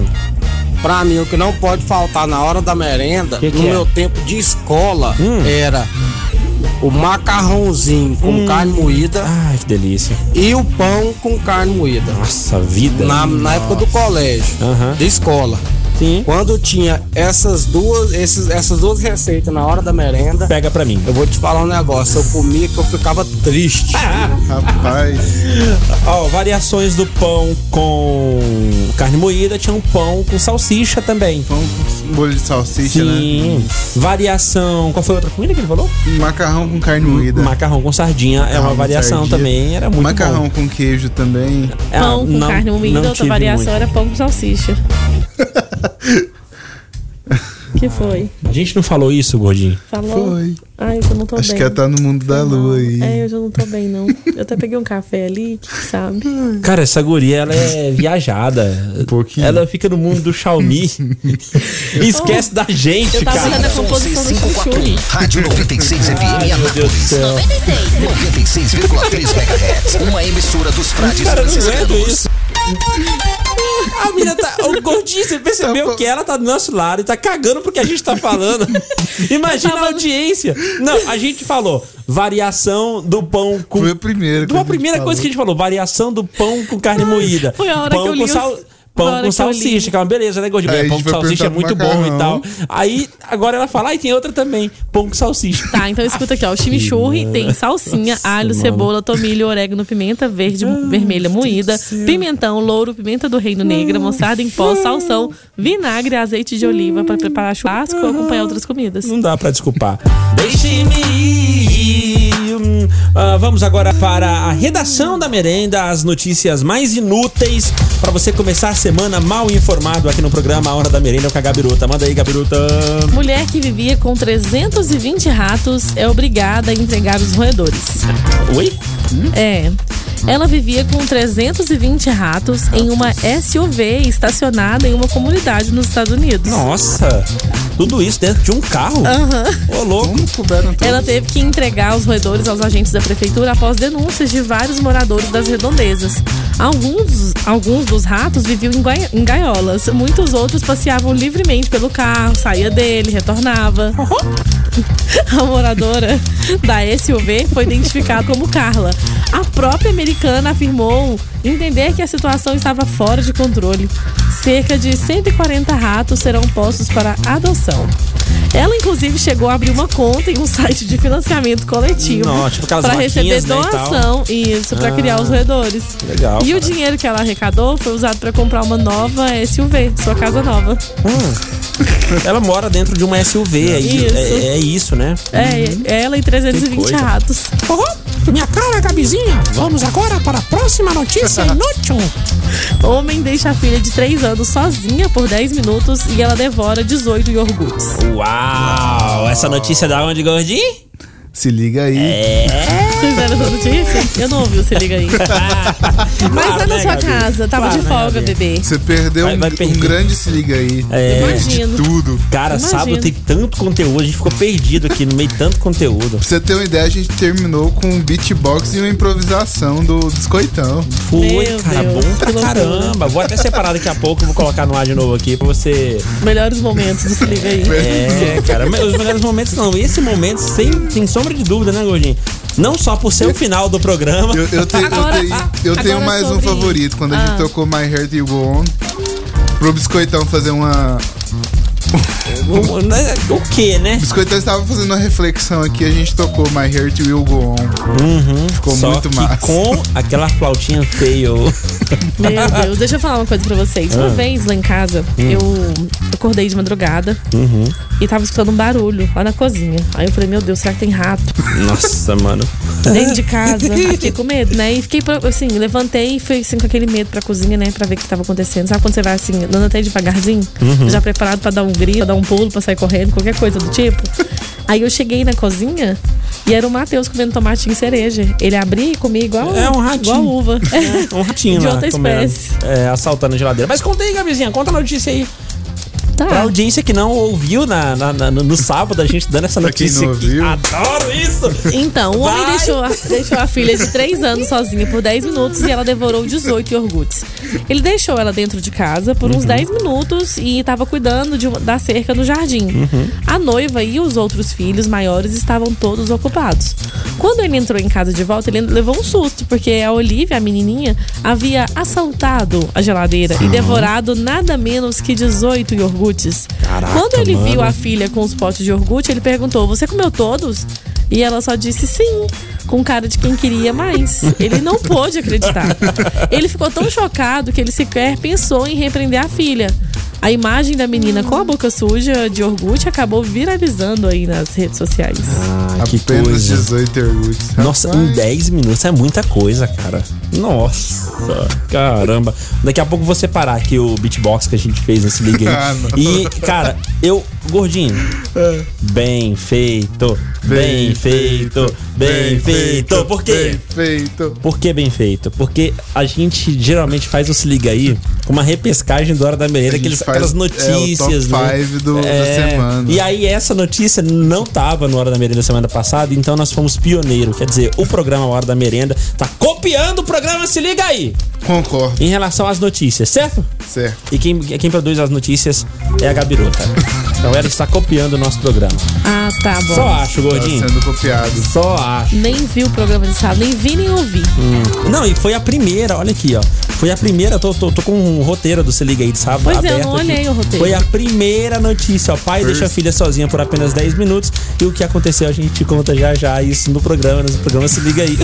o que não pode faltar na hora da merenda, no meu tempo de escola, era o macarrãozinho com carne moída. Ai, que delícia. E o pão com carne moída. Nossa, vida. Na época do colégio, de escola. Sim. Quando tinha essas duas receitas na hora da merenda, pega pra mim. Eu vou te falar um negócio. Eu comia que eu ficava triste. Rapaz. Variações do pão com carne moída, tinha um pão com salsicha também. Pão com molho de salsicha, Sim. né? Variação. Qual foi a outra comida que ele falou? Macarrão com carne moída. Macarrão com sardinha. É uma variação também. Era muito Macarrão bom. com queijo também. Pão com carne moída, outra variação era pão com salsicha. Que foi? A gente não falou isso, gordinho? Falou? Foi. Ai, eu já não tô Acho bem. que ela tá no mundo da lua aí. Eu já não tô bem, não. Eu até peguei um café ali, quem sabe? Cara, essa guria, ela é viajada. Um pouquinho. Ela fica no mundo do Xiaomi. E esquece da gente, eu tava cara. fazendo a composição do chuchu. Rádio 96 FM Meu Deus do céu. 96,3 MHz. Uma emissora dos frades Cara, eu não franciscanos. aguento isso. A menina tá. Ô, gordinho, você percebeu que ela tá do nosso lado e tá cagando porque a gente tá falando. Imagina a audiência. Não, a gente falou variação do pão com. Foi a primeira. Foi a primeira coisa que a gente falou. Variação do pão com carne moída. Foi a hora pão que eu li Pão com salsicha, que é uma beleza, né, gordinho? Aí Pão com salsicha é muito bom e tal. Aí, agora ela fala, e tem outra também, pão com salsicha. Tá, então escuta aqui, ó. O chimichurri tem salsinha, alho, cebola, tomilho, orégano, pimenta verde, vermelha moída, pimentão, louro, pimenta do reino negra, mostarda em pó, salsão, vinagre, azeite de oliva pra preparar churrasco ou acompanhar outras comidas. Não dá pra desculpar. Deixe-me ir. Vamos agora para a redação da merenda, as notícias mais inúteis pra você começar a semana mal informado aqui no programa A Hora da Merenda com a Gabiruta. Manda aí, Gabiruta. Mulher que vivia com 320 ratos é obrigada a entregar os roedores. Oi? Ela vivia com 320 ratos em uma SUV estacionada em uma comunidade nos Estados Unidos. Nossa, tudo isso dentro de um carro? Ô, louco. Ela teve que entregar os roedores aos agentes da prefeitura após denúncias de vários moradores das redondezas. Alguns dos ratos viviam em gaiolas, muitos outros passeavam livremente pelo carro, saía dele, retornava. A moradora da SUV foi identificada como Carla. A própria americana afirmou entender que a situação estava fora de controle. Cerca de 140 ratos serão postos para adoção. Ela, inclusive, chegou a abrir uma conta em um site de financiamento coletivo. Não, tipo aquelas pra receber vaquinhas, né, doação. Isso, pra criar os roedores. Legal. E o dinheiro que ela arrecadou foi usado pra comprar uma nova SUV, sua casa nova. Ela mora dentro de uma SUV, é isso, né? É, ela e 320 ratos. Minha cara, Gabizinha, vamos agora para a próxima notícia inútil. Homem deixa a filha de 3 anos sozinha por 10 minutos e ela devora 18 iogurtes. Uau! Essa notícia é da onde, Gordinho? Se liga aí. Vocês viram essa notícia? Eu não ouvi o Se Liga Aí. Mas lá na sua casa, tava de folga, bebê. Você perdeu um grande Se Liga Aí. Imagino. De tudo. Cara, sábado tem tanto conteúdo, a gente ficou perdido aqui no meio de tanto conteúdo. Pra você ter uma ideia, a gente terminou com um beatbox e uma improvisação do Biscoitão. Foi, cara, bom pra caramba. Vou até separar daqui a pouco, vou colocar no ar de novo aqui pra você... Melhores momentos do Se Liga Aí. Cara, os melhores momentos não. Esse momento, sem sombra de dúvida, né, Gordinho? Não só por ser o final do programa. Eu tenho mais um favorito. Quando a gente tocou My Heart Will Go On, pro Biscoitão fazer uma... O que, né? O Biscoitão estava fazendo uma reflexão aqui, a gente tocou My Heart Will Go On. Ficou só muito que massa. Com aquela flautinha feia. Meu Deus, deixa eu falar uma coisa pra vocês. Uma vez lá em casa, eu acordei de madrugada e tava escutando um barulho lá na cozinha. Aí eu falei, meu Deus, será que tem rato? Nossa, mano. Dentro de casa. Fiquei com medo, né? E fiquei, assim, levantei e fui assim, com aquele medo pra cozinha, né? Pra ver o que tava acontecendo. Sabe quando você vai assim, andando até devagarzinho? Já preparado pra dar um grito, pra dar um pulo, pra sair correndo, qualquer coisa do tipo. Aí eu cheguei na cozinha e era o Matheus comendo tomatinho e cereja. Ele abria e comia igual um ratinho. Igual uva. Um ratinho de lá, outra espécie. Assaltando a geladeira. Mas conta aí, Gabizinha, conta a notícia aí. Tá. Pra audiência que não ouviu no sábado, a gente dando essa notícia aqui. Adoro isso! Então, o homem deixou a filha de 3 anos sozinha por 10 minutos e ela devorou 18 iogurtes. Ele deixou ela dentro de casa por uns 10 minutos e estava cuidando da cerca no jardim. A noiva e os outros filhos maiores estavam todos ocupados. Quando ele entrou em casa de volta, ele levou um susto, porque a Olivia, a menininha, havia assaltado a geladeira e devorado nada menos que 18 iogurtes. Caraca, quando ele mano. viu a filha com os potes de iogurte, ele perguntou, você comeu todos? E ela só disse sim, com cara de quem queria mais. Ele não pôde acreditar. Ele ficou tão chocado que ele sequer pensou em repreender a filha. A imagem da menina com a boca suja de iogurte acabou viralizando aí nas redes sociais. Que Apenas coisa. 18 iogurtes. Nossa, em 10 minutos é muita coisa, cara. Nossa, caramba. Daqui a pouco eu vou separar aqui o beatbox que a gente fez nesse ligue aí. E, cara, Gordinho, bem feito. Bem feito. Bem feito. Por quê? Bem feito. Por que bem feito? Porque a gente geralmente faz o Se Liga Aí com uma repescagem da Hora da Merenda, aquelas notícias, o top 5 da semana. E aí essa notícia não tava no Hora da Merenda semana passada, então nós fomos pioneiro. Quer dizer, o programa Hora da Merenda tá copiando o programa Se Liga Aí. Concordo. Em relação às notícias, certo? Certo. E quem produz as notícias é a Gabirota. Então ela está copiando o nosso programa. Ah, tá bom. Só acho, Gordinho. Tá sendo copiado. Só acho. Nem vi o programa de sábado, nem vi nem ouvi. Não, e foi a primeira, olha aqui, ó. Foi a primeira, tô com um roteiro do Se Liga Aí de sábado Pois aberto. é, eu não olhei aqui. o roteiro. Foi a primeira notícia, ó. Pai deixa a filha sozinha por apenas 10 minutos. E o que aconteceu a gente te conta já isso no programa Se Liga Aí.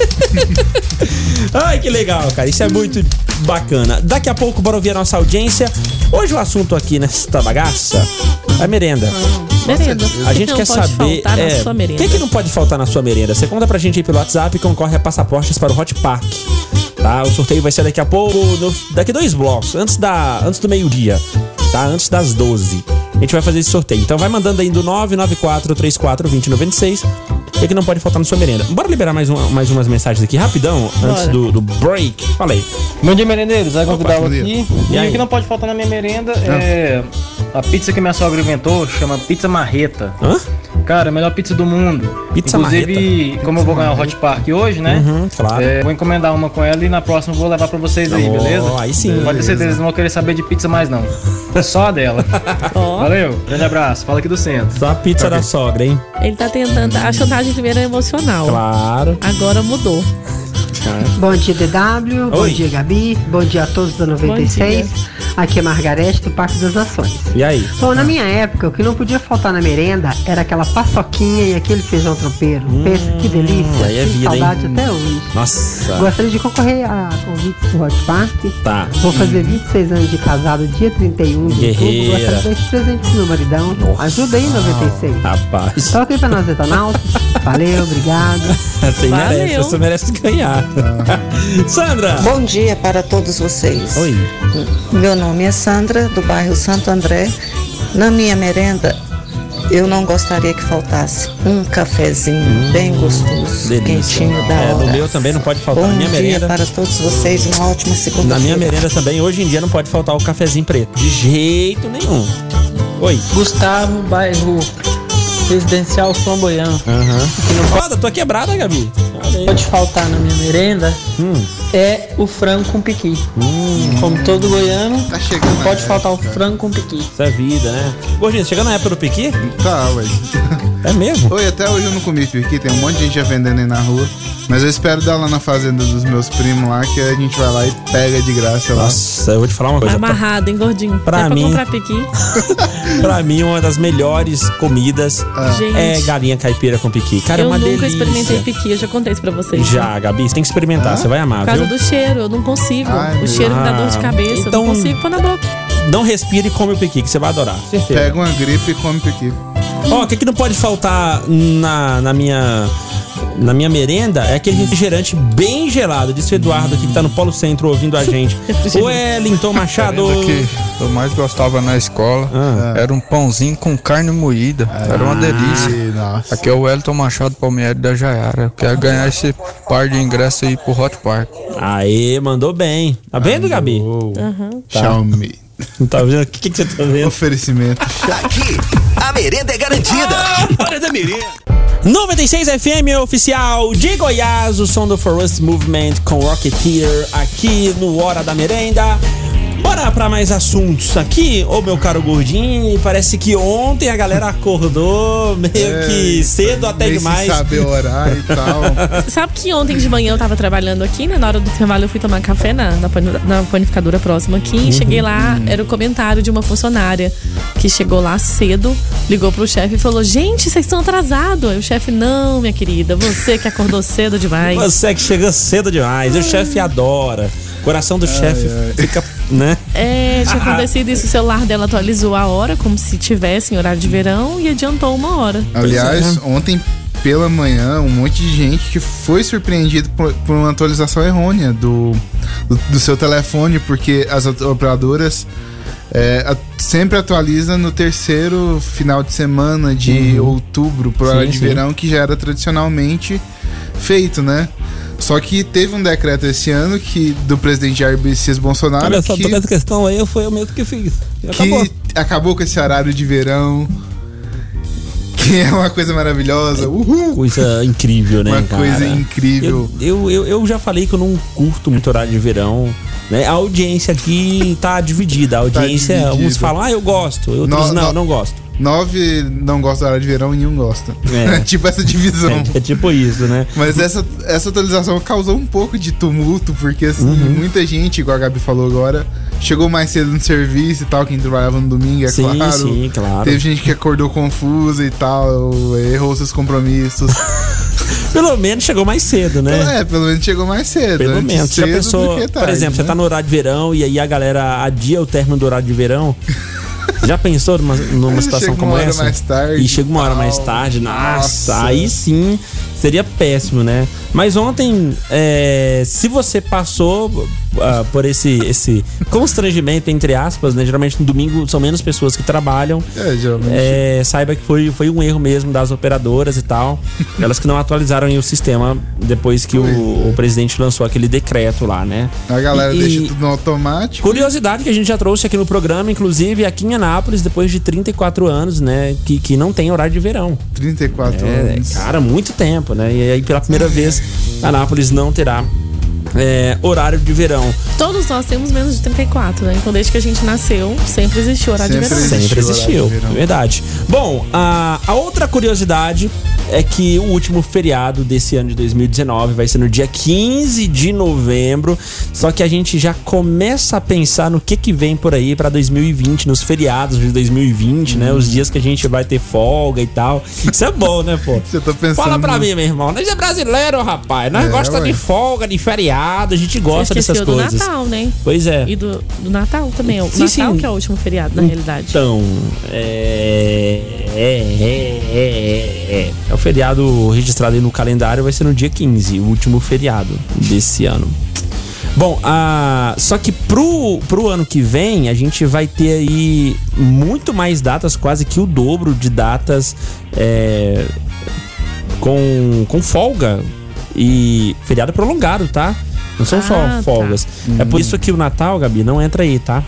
Ai, que legal, cara. Isso é muito bacana. Daqui a pouco, bora ouvir a nossa audiência. Hoje o assunto aqui nesta bagaça é merenda. Merenda. A gente quer saber o que não pode faltar na sua merenda. Você conta pra gente aí pelo WhatsApp e concorre a passaportes para o Hot Park. Tá? O sorteio vai ser daqui a pouco, daqui 2 blocos, antes do meio-dia, tá? Antes das 12. A gente vai fazer esse sorteio. Então vai mandando aí do 994342096. O que não pode faltar na sua merenda. Bora liberar mais umas mensagens aqui rapidão, antes do break. Fala aí. Bom dia, merendeiros. Vai convidar aqui. E aí? O que não pode faltar na minha merenda é a pizza que minha sogra inventou, chama Pizza Marreta. Hã? Cara, a melhor pizza do mundo. Pizza Inclusive, Marreta. como eu vou ganhar o Hot Park hoje, né? Claro. Vou encomendar uma com ela e na próxima eu vou levar pra vocês aí, beleza? Aí sim. Pode ter certeza, eles não vão querer saber de pizza mais não. Só a dela. Valeu, grande abraço. Fala aqui do centro. Só a pizza da sogra, hein? Ele tá tentando. A chantagem primeiro é emocional. Claro. Agora mudou. Bom dia, DW. Bom dia, Gabi. Bom dia a todos da 96. Aqui é Margarete do Parque das Nações. E aí? Bom, na minha época, o que não podia faltar na merenda era aquela paçoquinha e aquele feijão tropeiro. Pensa que delícia. Aí é que vida, saudade hein? até hoje. Nossa. Gostaria de concorrer a convites do Hot Park. Tá. Vou fazer 26 anos de casado dia 31 de outubro. Gostaria de dar esse presente pro meu maridão. Ajuda aí, 96. Rapaz. Toca aí pra nós, Etanalto. Valeu, obrigado. Você merece, você merece ganhar. Sandra. Bom dia para todos vocês. Oi. Meu nome é Sandra, do bairro Santo André. Na minha merenda, eu não gostaria que faltasse um cafezinho bem gostoso, Delícia. quentinho da hora. No meu também não pode faltar. Bom Na minha dia merenda. para todos vocês, uma ótima segunda-feira. Na minha merenda também, hoje em dia não pode faltar o cafezinho preto. De jeito nenhum. Oi. Gustavo, bairro Residencial Flamboyant. Foda, tua quebrada, Gabi. Pode faltar na minha merenda é o frango com piqui. Como todo goiano, tá chegando, não pode faltar o frango com piqui. Isso é vida, né? Gordinho, chegando na época do piqui? Tá, ué. É mesmo? Oi, até hoje eu não comi piqui, tem um monte de gente já vendendo aí na rua. Mas eu espero dar lá na fazenda dos meus primos lá, que a gente vai lá e pega de graça lá. Nossa, eu vou te falar uma coisa. Amarrado, hein, gordinho? Pra mim- comprar piqui? Pra mim, uma das melhores comidas Gente. é galinha caipira com piqui. Cara, é Eu uma nunca delícia. experimentei piqui, eu já contei isso pra vocês. Já, Gabi, você tem que experimentar, você vai amar, Por causa viu? do cheiro, eu não consigo. Ai, O cheiro me dá dor de cabeça, então- eu não consigo pôr na boca. Não respira e come o piqui, que você vai adorar. Certeza. Pega uma gripe e come piqui. Ó, o que não pode faltar na minha merenda é aquele refrigerante bem gelado. Disse o Eduardo aqui que tá no Polo Centro ouvindo a gente. O Wellington Machado. O que eu mais gostava na escola era um pãozinho com carne moída. Era uma delícia. Nossa. Aqui é o Wellington Machado Palmieri da Jaiara. Eu quero ganhar esse par de ingressos aí pro Hot Park. Aê, mandou bem. Tá vendo, Gabi? Tá. Xiaomi. Tá vendo? O que você tá vendo? Oferecimento. Aqui, a merenda é garantida. Hora da merenda. 96 FM oficial de Goiás, o som do Forest Movement com Rocketeer aqui no Hora da Merenda. Bora pra mais assuntos aqui, ô meu caro gordinho. Parece que ontem a galera acordou meio que cedo até meio demais. sem saber orar e tal. Sabe que ontem de manhã eu tava trabalhando aqui, né? Na hora do intervalo eu fui tomar café na panificadora próxima aqui. E cheguei lá, era o comentário de uma funcionária que chegou lá cedo, ligou pro chefe e falou: gente, vocês estão atrasados. Aí o chefe: não, minha querida, você que acordou cedo demais. Você que chegou cedo demais. O chefe adora. O coração do chefe fica, né? É, tinha acontecido isso, o celular dela atualizou a hora, como se tivesse em horário de verão, e adiantou 1 hora. Aliás, ontem pela manhã, um monte de gente que foi surpreendido por uma atualização errônea do seu telefone, porque as operadoras sempre atualizam no terceiro final de semana de outubro, pro horário de verão, que já era tradicionalmente feito, né? Só que teve um decreto esse ano do presidente Jair Messias Bolsonaro. Olha só, toda essa questão aí foi eu mesmo que fiz. Que acabou com esse horário de verão. Que é uma coisa maravilhosa. Uhul! Coisa incrível, né, cara? Uma coisa incrível. Eu já falei que eu não curto muito horário de verão. Né? A audiência aqui tá dividida. A audiência, uns falam, eu gosto. Outros, não gosto. 9 não gostam da hora de verão e 1 gosta. É tipo essa divisão. É tipo isso, né? Mas essa atualização causou um pouco de tumulto, porque assim, muita gente, igual a Gabi falou agora, chegou mais cedo no serviço e tal, quem trabalhava no domingo, claro. Sim, claro. Teve gente que acordou confusa e tal, errou seus compromissos. Pelo menos chegou mais cedo, né? Pelo menos chegou mais cedo. Pelo menos. Já pensou, por exemplo, você tá no horário de verão e aí a galera adia o término do horário de verão. Já pensou numa situação como essa? Chega uma hora mais tarde. E chega uma hora mais tarde. Nossa, aí sim seria péssimo, né? Mas ontem, se você passou por esse constrangimento, entre aspas, né? Geralmente no domingo são menos pessoas que trabalham. Geralmente. Saiba que foi um erro mesmo das operadoras e tal. Elas que não atualizaram o sistema depois que o presidente lançou aquele decreto lá, né? A galera deixa tudo no automático. Curiosidade que a gente já trouxe aqui no programa, inclusive aqui em Anápolis, depois de 34 anos, né? Que não tem horário de verão. 34 anos. Cara, muito tempo, né? E aí pela primeira vez Anápolis não terá horário de verão. Todos nós temos menos de 34, né? Então desde que a gente nasceu, sempre existiu horário de verão. Sempre existiu, verdade. Bom, a outra curiosidade é que o último feriado desse ano de 2019 vai ser no dia 15 de novembro. Só que a gente já começa a pensar no que vem por aí pra 2020, nos feriados de 2020, né? Os dias que a gente vai ter folga e tal. Isso é bom, né, pô? Eu tô pensando... Fala pra mim, meu irmão. Nós é brasileiro, rapaz. Nós gostamos de folga, de feriado. A gente gosta dessas coisas. Do Natal, né? Pois é. E do Natal também. O Natal que é o último feriado, na realidade. Então, é o feriado registrado aí no calendário, vai ser no dia 15, o último feriado desse ano. Bom, só que pro ano que vem a gente vai ter aí muito mais datas, quase que o dobro de datas com folga e feriado prolongado, tá? Não são só folgas. Tá. É por isso que o Natal, Gabi, não entra aí, tá?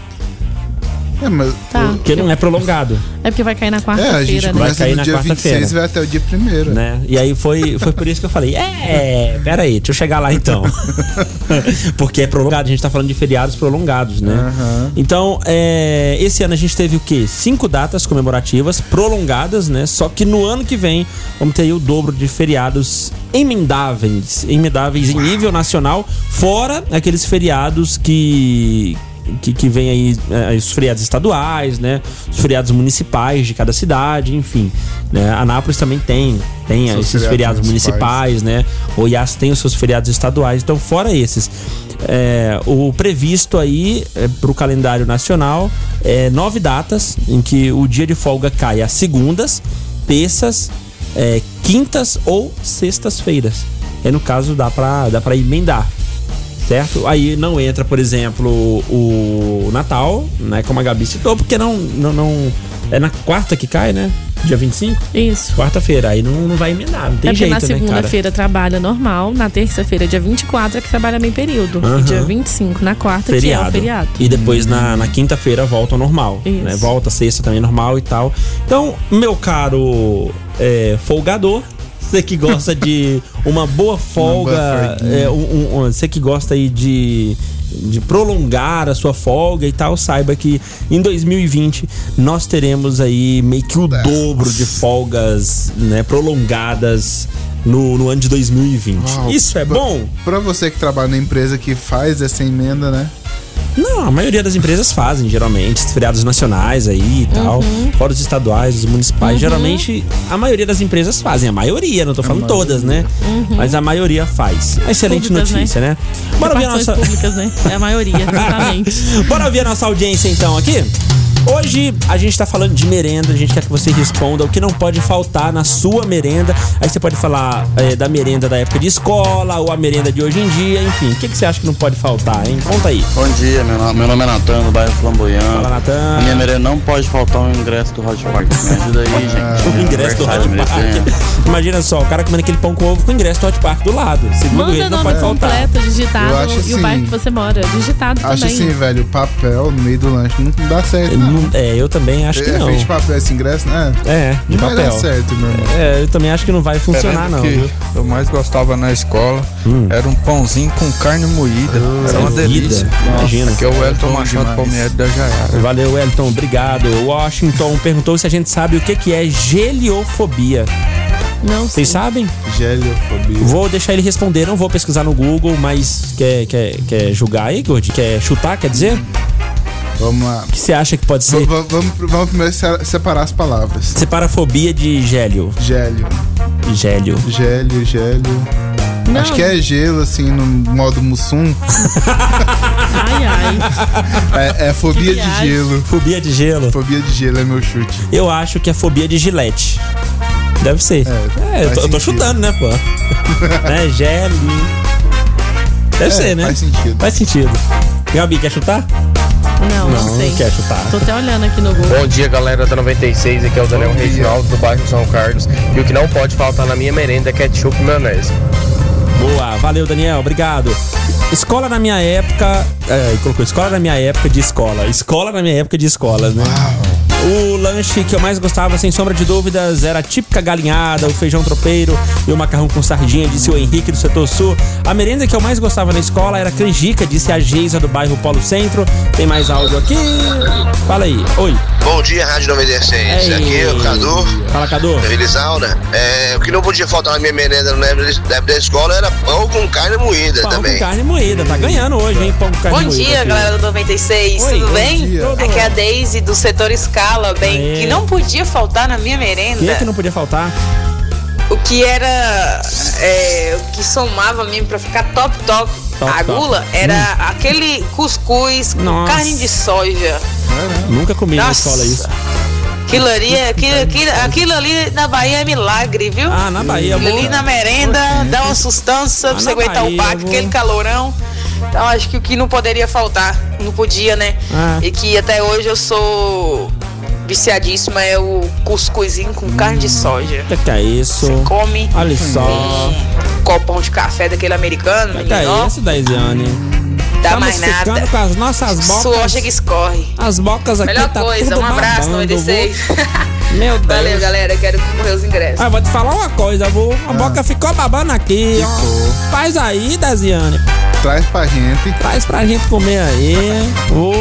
Porque não é prolongado. É porque vai cair na quarta-feira, a gente vai cair na quarta-feira. 26 e vai até o dia 1º. Né? E aí foi por isso que eu falei, pera aí, deixa eu chegar lá então. Porque é prolongado, a gente tá falando de feriados prolongados, né? Uhum. Então, esse ano a gente teve o quê? 5 datas comemorativas prolongadas, né? Só que no ano que vem vamos ter aí o dobro de feriados emendáveis em nível nacional, fora aqueles feriados que vem aí os feriados estaduais, né? Os feriados municipais de cada cidade, enfim, né? Anápolis também tem esses feriados municipais, né? Goiás tem os seus feriados estaduais. Então, fora esses, o previsto aí pro calendário nacional 9 datas em que o dia de folga cai às segundas, terças, quintas ou sextas-feiras. No caso, dá pra emendar. Certo? Aí não entra, por exemplo, o Natal, né? Como a Gabi citou, porque não é na quarta que cai, né? Dia 25? Isso. Quarta-feira, aí não vai emendar, não tem jeito, né, cara? Na segunda-feira trabalha normal, na terça-feira, dia 24, é que trabalha meio período. Uhum. E dia 25, na quarta, que é o feriado. E depois na quinta-feira volta ao normal. Né? Volta sexta também normal e tal. Então, meu caro folgador, você que gosta de uma boa folga, você que gosta aí de prolongar a sua folga e tal, saiba que em 2020 nós teremos aí meio que o dobro de folgas, né, prolongadas no ano de 2020. Uau, isso é bom? Pra você que trabalha na empresa que faz essa emenda, né? Não, a maioria das empresas fazem, geralmente, feriados nacionais aí e tal, fora os estaduais, os municipais, geralmente a maioria das empresas fazem, a maioria, não tô falando todas, né? Mas a maioria faz. Excelente públicas, notícia, né? Bora ver a nossa... públicas, né? É a maioria, exatamente. Bora ver a nossa audiência então aqui? Hoje a gente tá falando de merenda, a gente quer que você responda o que não pode faltar na sua merenda. Aí você pode falar da merenda da época de escola ou a merenda de hoje em dia, enfim. O que você acha que não pode faltar, hein? Conta aí. Bom dia, meu nome é Natan, do bairro Flamboyant. Fala, Natan. A minha merenda não pode faltar o ingresso do Hot Park. Me ajuda aí, gente. O ingresso do Hot Park. Imagina só, o cara comendo aquele pão com ovo com o ingresso do Hot Park do lado. Segundo ele, não pode faltar. Manda nome completo, digitado e o bairro que você mora, digitado também. Acho assim, velho, papel no meio do lanche não dá certo, não. Eu também acho que não. É de papel esse ingresso, né? De papel. Vai dar certo, meu irmão. Eu também acho que não vai funcionar, não. Que eu mais gostava na escola era um pãozinho com carne moída. Era uma delícia. Imagina. Que é o Wellington Machado Palmieri da Jaiara. Valeu, Wellington. Obrigado. Washington perguntou se a gente sabe o que é geliofobia. Não. Vocês sabem? Geliofobia. Vou deixar ele responder, não vou pesquisar no Google, mas quer julgar aí, Gordi? Quer chutar, quer dizer? Vamos lá. O que você acha que pode ser? Vamos primeiro separar as palavras. Separa a fobia de gélio. Gélio. Não. Acho que é gelo, assim, no modo Mussum. Ai. É fobia de gelo. Fobia de gelo? Fobia de gelo é meu chute. Eu acho que é fobia de gilete. Deve ser. Eu tô chutando, né, pô? Gelo. Deve ser, né? Faz sentido. Gabi, quer chutar? Não sei. Não quer chutar. Tô até olhando aqui no Google. Bom dia, galera da 96, aqui é o Daniel Reginaldo do bairro São Carlos. E o que não pode faltar na minha merenda é ketchup e maionese. Boa, valeu, Daniel, obrigado. Escola na minha época. Colocou escola na minha época de escola. Escola na minha época de escola, né? O lanche que eu mais gostava, sem sombra de dúvidas, era a típica galinhada, o feijão tropeiro e o macarrão com sardinha, disse o Henrique do Setor Sul. A merenda que eu mais gostava na escola era canjica, disse a Geisa do bairro Polo Centro. Tem mais áudio aqui? Fala aí. Oi. Bom dia, Rádio 96. Ei. Aqui é o Cadu. Fala, Cadu. Elisauna. O que não podia faltar na minha merenda na época da escola era pão com carne moída também. Pão com carne moída. Tá ganhando hoje, hein? Pão com carne moída. Bom dia, aqui. galera do 96. Oi, Tudo bem? dia. Aqui é a Daisy do setor Escala. Bem, que não podia faltar na minha merenda. O que não podia faltar? O que era... o que somava mesmo pra ficar top. A gula era aquele cuscuz com carne de soja. Nunca comi na escola isso. Aquilo ali na Bahia é milagre, viu? Ah, na Bahia, aquilo ali na merenda dá uma sustância pra você aguentar o baque, aquele calorão. Então acho que o que não poderia faltar, não podia, né? E que até hoje eu sou viciadíssima é o cuscuzinho com carne de soja. Que é isso? Você come. Olha só. Um copão de café daquele americano. Que é isso, Daisiane? Dá mais nada. Com as nossas bocas. Suor chega e escorre. As bocas aqui melhor tá coisa, tudo um abraço, babando, 96. Meu Deus. Valeu, galera, quero morrer os ingressos. Vou te falar uma coisa, a boca ficou babando aqui, ó. Faz aí, Daisiane. Traz pra gente. Traz pra gente comer aí.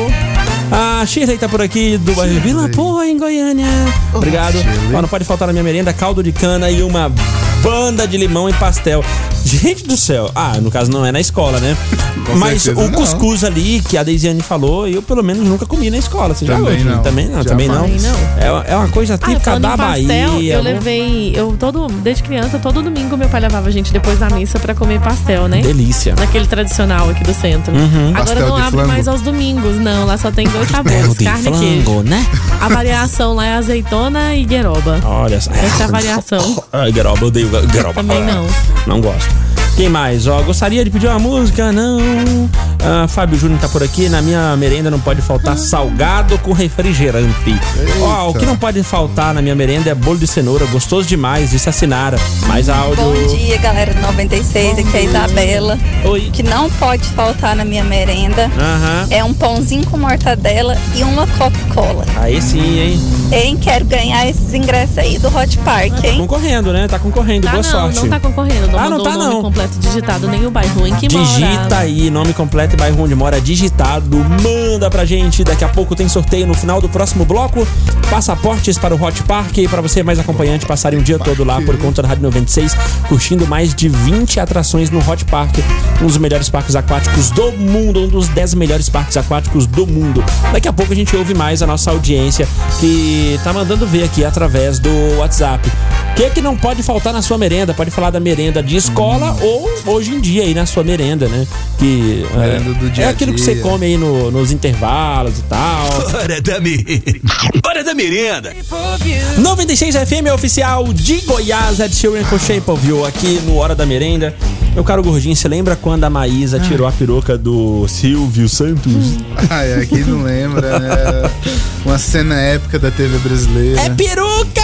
A Shirley tá por aqui do bairro Vila Boa, em Goiânia. Obrigado. Não pode faltar na minha merenda caldo de cana e uma banda de limão e pastel. Gente do céu. No caso não é na escola, né? Mas o cuscuz ali que a Deisiane falou, eu pelo menos nunca comi na escola. Você também já não. Também não. É uma coisa típica da pastel, Bahia. Eu levei, desde criança, todo domingo meu pai levava a gente depois da missa pra comer pastel, né? Delícia. Naquele tradicional aqui do centro. Agora Pastel não abre flango. mais aos domingos, não. Lá só tem dois sabores, carne e queijo. Né? A variação lá é azeitona e gueroba. Olha só. Essa é a variação. Gueroba, eu odeio gueroba. Também não. Não gosto. Quem mais? Gostaria de pedir uma música? Não. Fábio Júnior tá por aqui. Na minha merenda não pode faltar salgado com refrigerante. O que não pode faltar na minha merenda é bolo de cenoura. Gostoso demais, disse a Sinara. Mais áudio. Bom dia, galera do 96. Aqui é a Isabela. Oi. O que não pode faltar na minha merenda é um pãozinho com mortadela e uma Coca-Cola. Aí sim, hein? Quero ganhar esses ingressos aí do Hot Park, hein? Tá concorrendo, né? Tá concorrendo. Boa sorte. Não tá concorrendo. Não tá, o nome completo digitado, nem o bairro em que Digita mora. aí, nome completo e bairro onde mora digitado. Manda pra gente. Daqui a pouco tem sorteio no final do próximo bloco. Passaportes para o Hot Park e para você mais acompanhante passarem o dia todo lá por conta da Rádio 96, curtindo mais de 20 atrações no Hot Park, um dos melhores parques aquáticos do mundo, um dos 10 melhores parques aquáticos do mundo. Daqui a pouco a gente ouve mais a nossa audiência que tá mandando ver aqui através do WhatsApp. O que não pode faltar na sua merenda? Pode falar da merenda de escola ou hoje em dia aí na sua merenda, né? Que merenda do dia é aquilo que você come aí nos intervalos e tal. Hora da merenda. 96 FM é oficial de Goiás, Ed Sheeran com Shape of You aqui no Hora da Merenda. Meu caro gordinho, você lembra quando a Maísa tirou a peruca do Silvio Santos? Quem não lembra, né? Uma cena épica da TV brasileira. É peruca!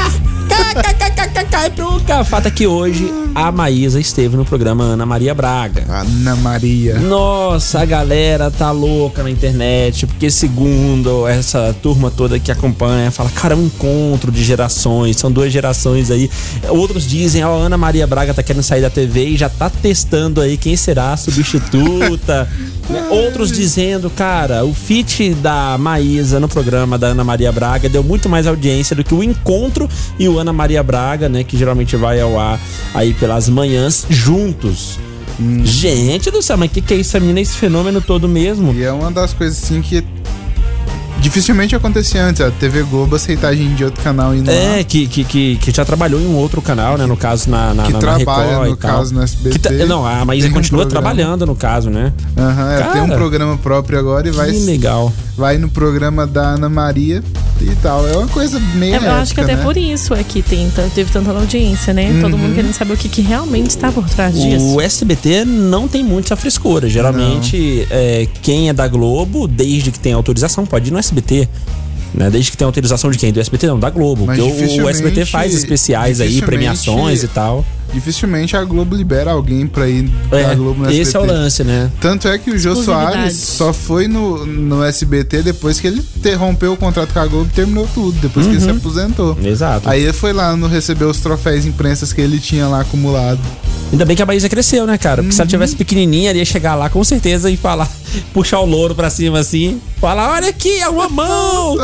É peruca! Fato é que hoje a Maísa esteve no programa Ana Maria Braga. Ana Maria. Nossa, a galera tá louca na internet, porque segundo essa turma toda que acompanha, fala, cara, é um encontro de gerações, são duas gerações aí. Outros dizem, a Ana Maria Braga tá querendo sair da TV e já tá testando aí quem será a substituta. Outros dizendo, cara, o feat da Maísa no programa da Ana Maria Braga deu muito mais audiência do que o encontro e o Ana Maria Braga, né, que geralmente vai ao ar aí pelas manhãs juntos. Gente do céu, mas que é isso, menina? Esse fenômeno todo mesmo. E é uma das coisas assim que dificilmente acontecia antes, a TV Globo aceitar a gente de outro canal indo lá. Que já trabalhou em um outro canal, né? No caso, na trabalha, Record no caso, no SBT. Não, a Maísa continua trabalhando, no caso, né? Tem um programa próprio agora e vai... Que legal. Vai no programa da Ana Maria e tal. É uma coisa meio Eu acho que até por isso é que teve tanta audiência, né? Todo mundo querendo saber o que realmente está por trás disso. O SBT não tem muito essa frescura. Geralmente, quem é da Globo, desde que tem autorização, pode ir no SBT. Né? Desde que tem autorização de quem? Do SBT não, da Globo. Mas porque o SBT faz especiais aí, premiações e tal. Dificilmente a Globo libera alguém pra ir da Globo no SBT. Esse é o lance, né? Tanto é que o Jô Soares só foi no SBT depois que ele rompeu o contrato com a Globo e terminou tudo, depois que ele se aposentou. Exato. Aí ele foi lá receber os troféus imprensas que ele tinha lá acumulado. Ainda bem que a Maísa cresceu, né, cara? Porque se ela tivesse pequenininha, ela ia chegar lá com certeza e falar, puxar o louro pra cima assim, falar, olha aqui, é uma mão!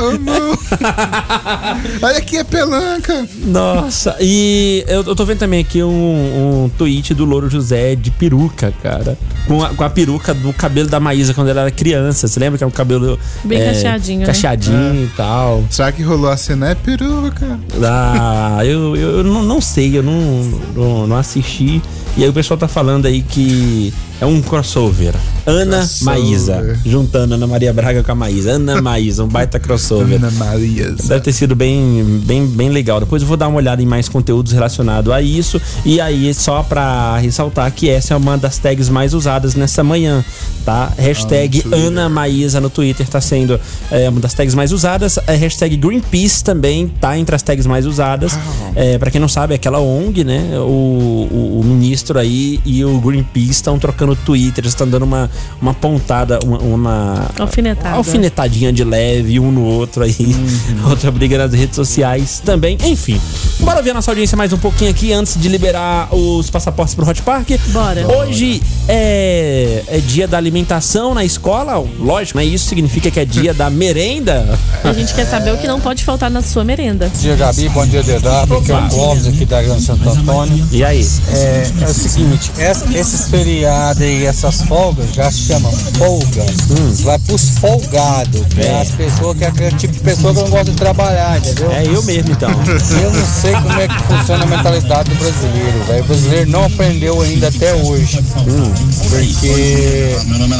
Olha aqui, é pelanca! Nossa, e eu tô vendo também aqui um tweet do Louro José de peruca, cara. Com a peruca do cabelo da Maísa quando ela era criança. Você lembra que era um cabelo bem cacheadinho, cacheadinho e tal. Será que rolou a cena? É peruca? Ah, eu não sei, eu não assisti. E aí o pessoal tá falando aí que é um crossover. Ana Maísa, juntando Ana Maria Braga com a Maísa. Ana Maísa, um baita crossover. Ana Maísa. Deve ter sido bem legal. Depois eu vou dar uma olhada em mais conteúdos relacionados a isso. E aí, só pra ressaltar que essa é uma das tags mais usadas nessa manhã, tá? Hashtag Ana Maísa no Twitter tá sendo uma das tags mais usadas. A hashtag Greenpeace também tá entre as tags mais usadas. Pra quem não sabe, é aquela ONG, né? O ministro aí e o Greenpeace estão trocando Twitter, estão dando uma pontada, uma alfinetadinha de leve um no outro aí. Outra briga nas redes sociais também. Enfim, bora ver a nossa audiência mais um pouquinho aqui antes de liberar os passaportes pro Hot Park. Bora. Hoje é dia da alimentação na escola, lógico, mas isso significa que é dia da merenda. A gente quer saber o que não pode faltar na sua merenda. Bom dia, Gabi, bom dia, DW, que é o Clóvis aqui da Grande Santo Antônio. E aí? É o seguinte, esses feriados e essas folgas já se chamam folga. Vai pros folgados, que é as pessoas que é aquele tipo de pessoa que não gosta de trabalhar, entendeu? É eu mesmo, então. Eu não sei como é que funciona a mentalidade do brasileiro, velho. O brasileiro não aprendeu ainda até hoje. Porque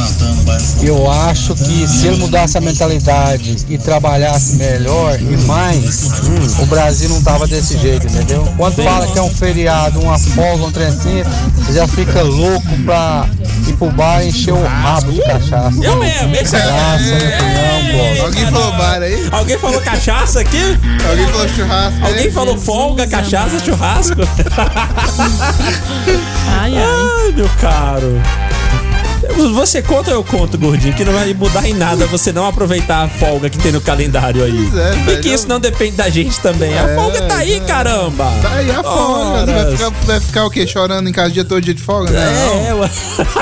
eu acho que se ele mudasse a mentalidade e trabalhasse melhor e mais, o Brasil não tava desse jeito, entendeu? Quando fala que é um feriado, uma folga, um trenzinho, você já fica louco pra ir pro bar e encher o rabo de cachaça. Eu mesmo, esse Alguém falou bar aí? Alguém falou cachaça aqui? Alguém falou churrasco? Alguém falou folga, cachaça, churrasco? Ai, meu caro. Você conta ou eu conto, gordinho? Que não vai mudar em nada você não aproveitar a folga que tem no calendário aí. E que isso não depende da gente também. A folga tá aí, caramba. Tá aí a folga. Vai ficar o quê? Chorando em casa o dia todo, dia de folga? Não. Ué.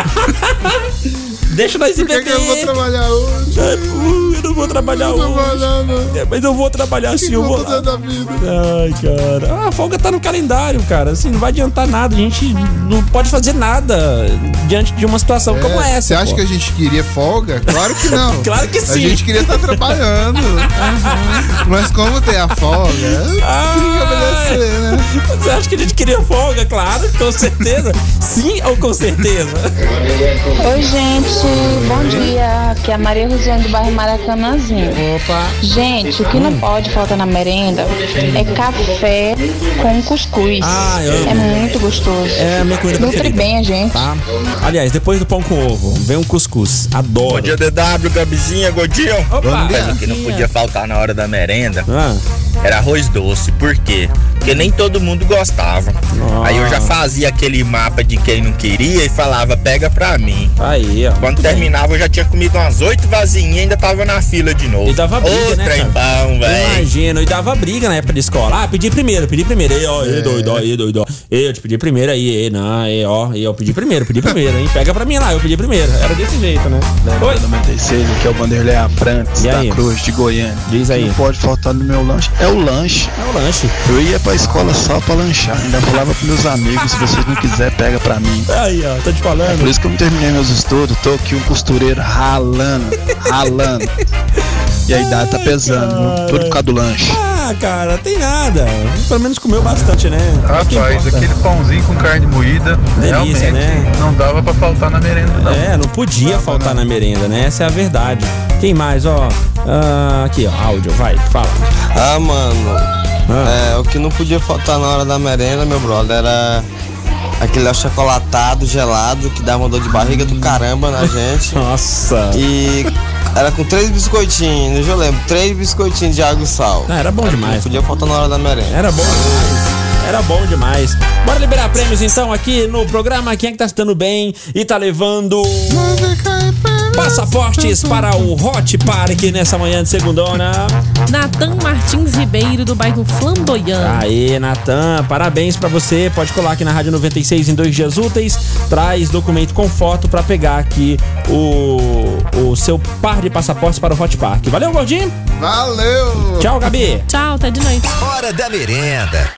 Deixa nós ir beber. Por que eu não vou trabalhar hoje? Eu não vou trabalhar hoje. Mas eu vou trabalhar assim, eu vou lá. Ai, cara. A folga tá no calendário, cara. Assim, não vai adiantar nada. A gente não pode fazer nada diante de uma situação como essa. Você acha que a gente queria folga? Claro que não. Claro que sim. A gente queria estar trabalhando. Mas como tem a folga, tem que obedecer, né? Você acha que a gente queria folga? Claro, com certeza. Sim ou com certeza? Oi, gente. Bom dia. Aqui é a Maria Rosiane do bairro Maracanãzinho. Opa. Gente, o que não pode faltar na merenda é café com cuscuz. É muito gostoso. É a minha comida preferida. Nutre bem a gente. Tá. Aliás, depois do pão com ovo, vem um cuscuz. Adoro. Bom dia, DW, Gabizinha, Godinho. Opa. Mas o que não podia faltar na hora da merenda era arroz doce. Por quê? Porque nem todo mundo gostava. Aí eu já fazia aquele mapa de quem não queria e falava, pega pra mim. Aí, ó. Quando terminava, eu já tinha comido umas 8 vasinhas e ainda tava na fila de novo. E dava briga, né, cara? Trem-pão, velho. Imagina, e dava briga na época de escola. Pedi primeiro. Ei, doido. Eu te pedi primeiro aí, eu pedi primeiro, hein? Pega pra mim lá, eu pedi primeiro. Era desse jeito, né? Oi. 96, aqui é o Vanderlei Afrantes, da Cruz, de Goiânia. Diz aí. Não pode faltar no meu lanche. É o lanche. Eu ia pra escola só pra lanchar. Ainda falava pros meus amigos, se vocês não quiserem, pega pra mim. Aí, ó, tô te falando. É por isso que eu não terminei meus estudos, tô aqui um costureiro ralando. E a idade tá pesando, tudo por causa do lanche. Cara, tem nada. Pelo menos comeu bastante, né? Rapaz, aquele pãozinho com carne moída, delícia, né? Não dava pra faltar na merenda, não. Não podia faltar na merenda, né? Essa é a verdade. Quem mais, ó? Aqui, ó, áudio, vai, fala. O que não podia faltar na hora da merenda, meu brother, era aquele achocolatado gelado que dava uma dor de barriga do caramba na gente. Nossa. E Era com 3 biscoitinhos, eu lembro. 3 biscoitinhos de água e sal. Era bom demais. Não podia faltar na hora da merenda. Era bom demais. Era bom demais. Bora liberar prêmios então aqui no programa. Quem é que tá se dando bem e tá levando passaportes para o Hot Park nessa manhã de segundona? Natan Martins Ribeiro, do bairro Flamboyant. Aê, Natan, parabéns pra você. Pode colar aqui na Rádio 96 em 2 dias úteis. Traz documento com foto pra pegar aqui o seu par de passaportes para o Hot Park. Valeu, Gordinho. Valeu. Tchau, Gabi. Tchau, até de noite. Hora da merenda.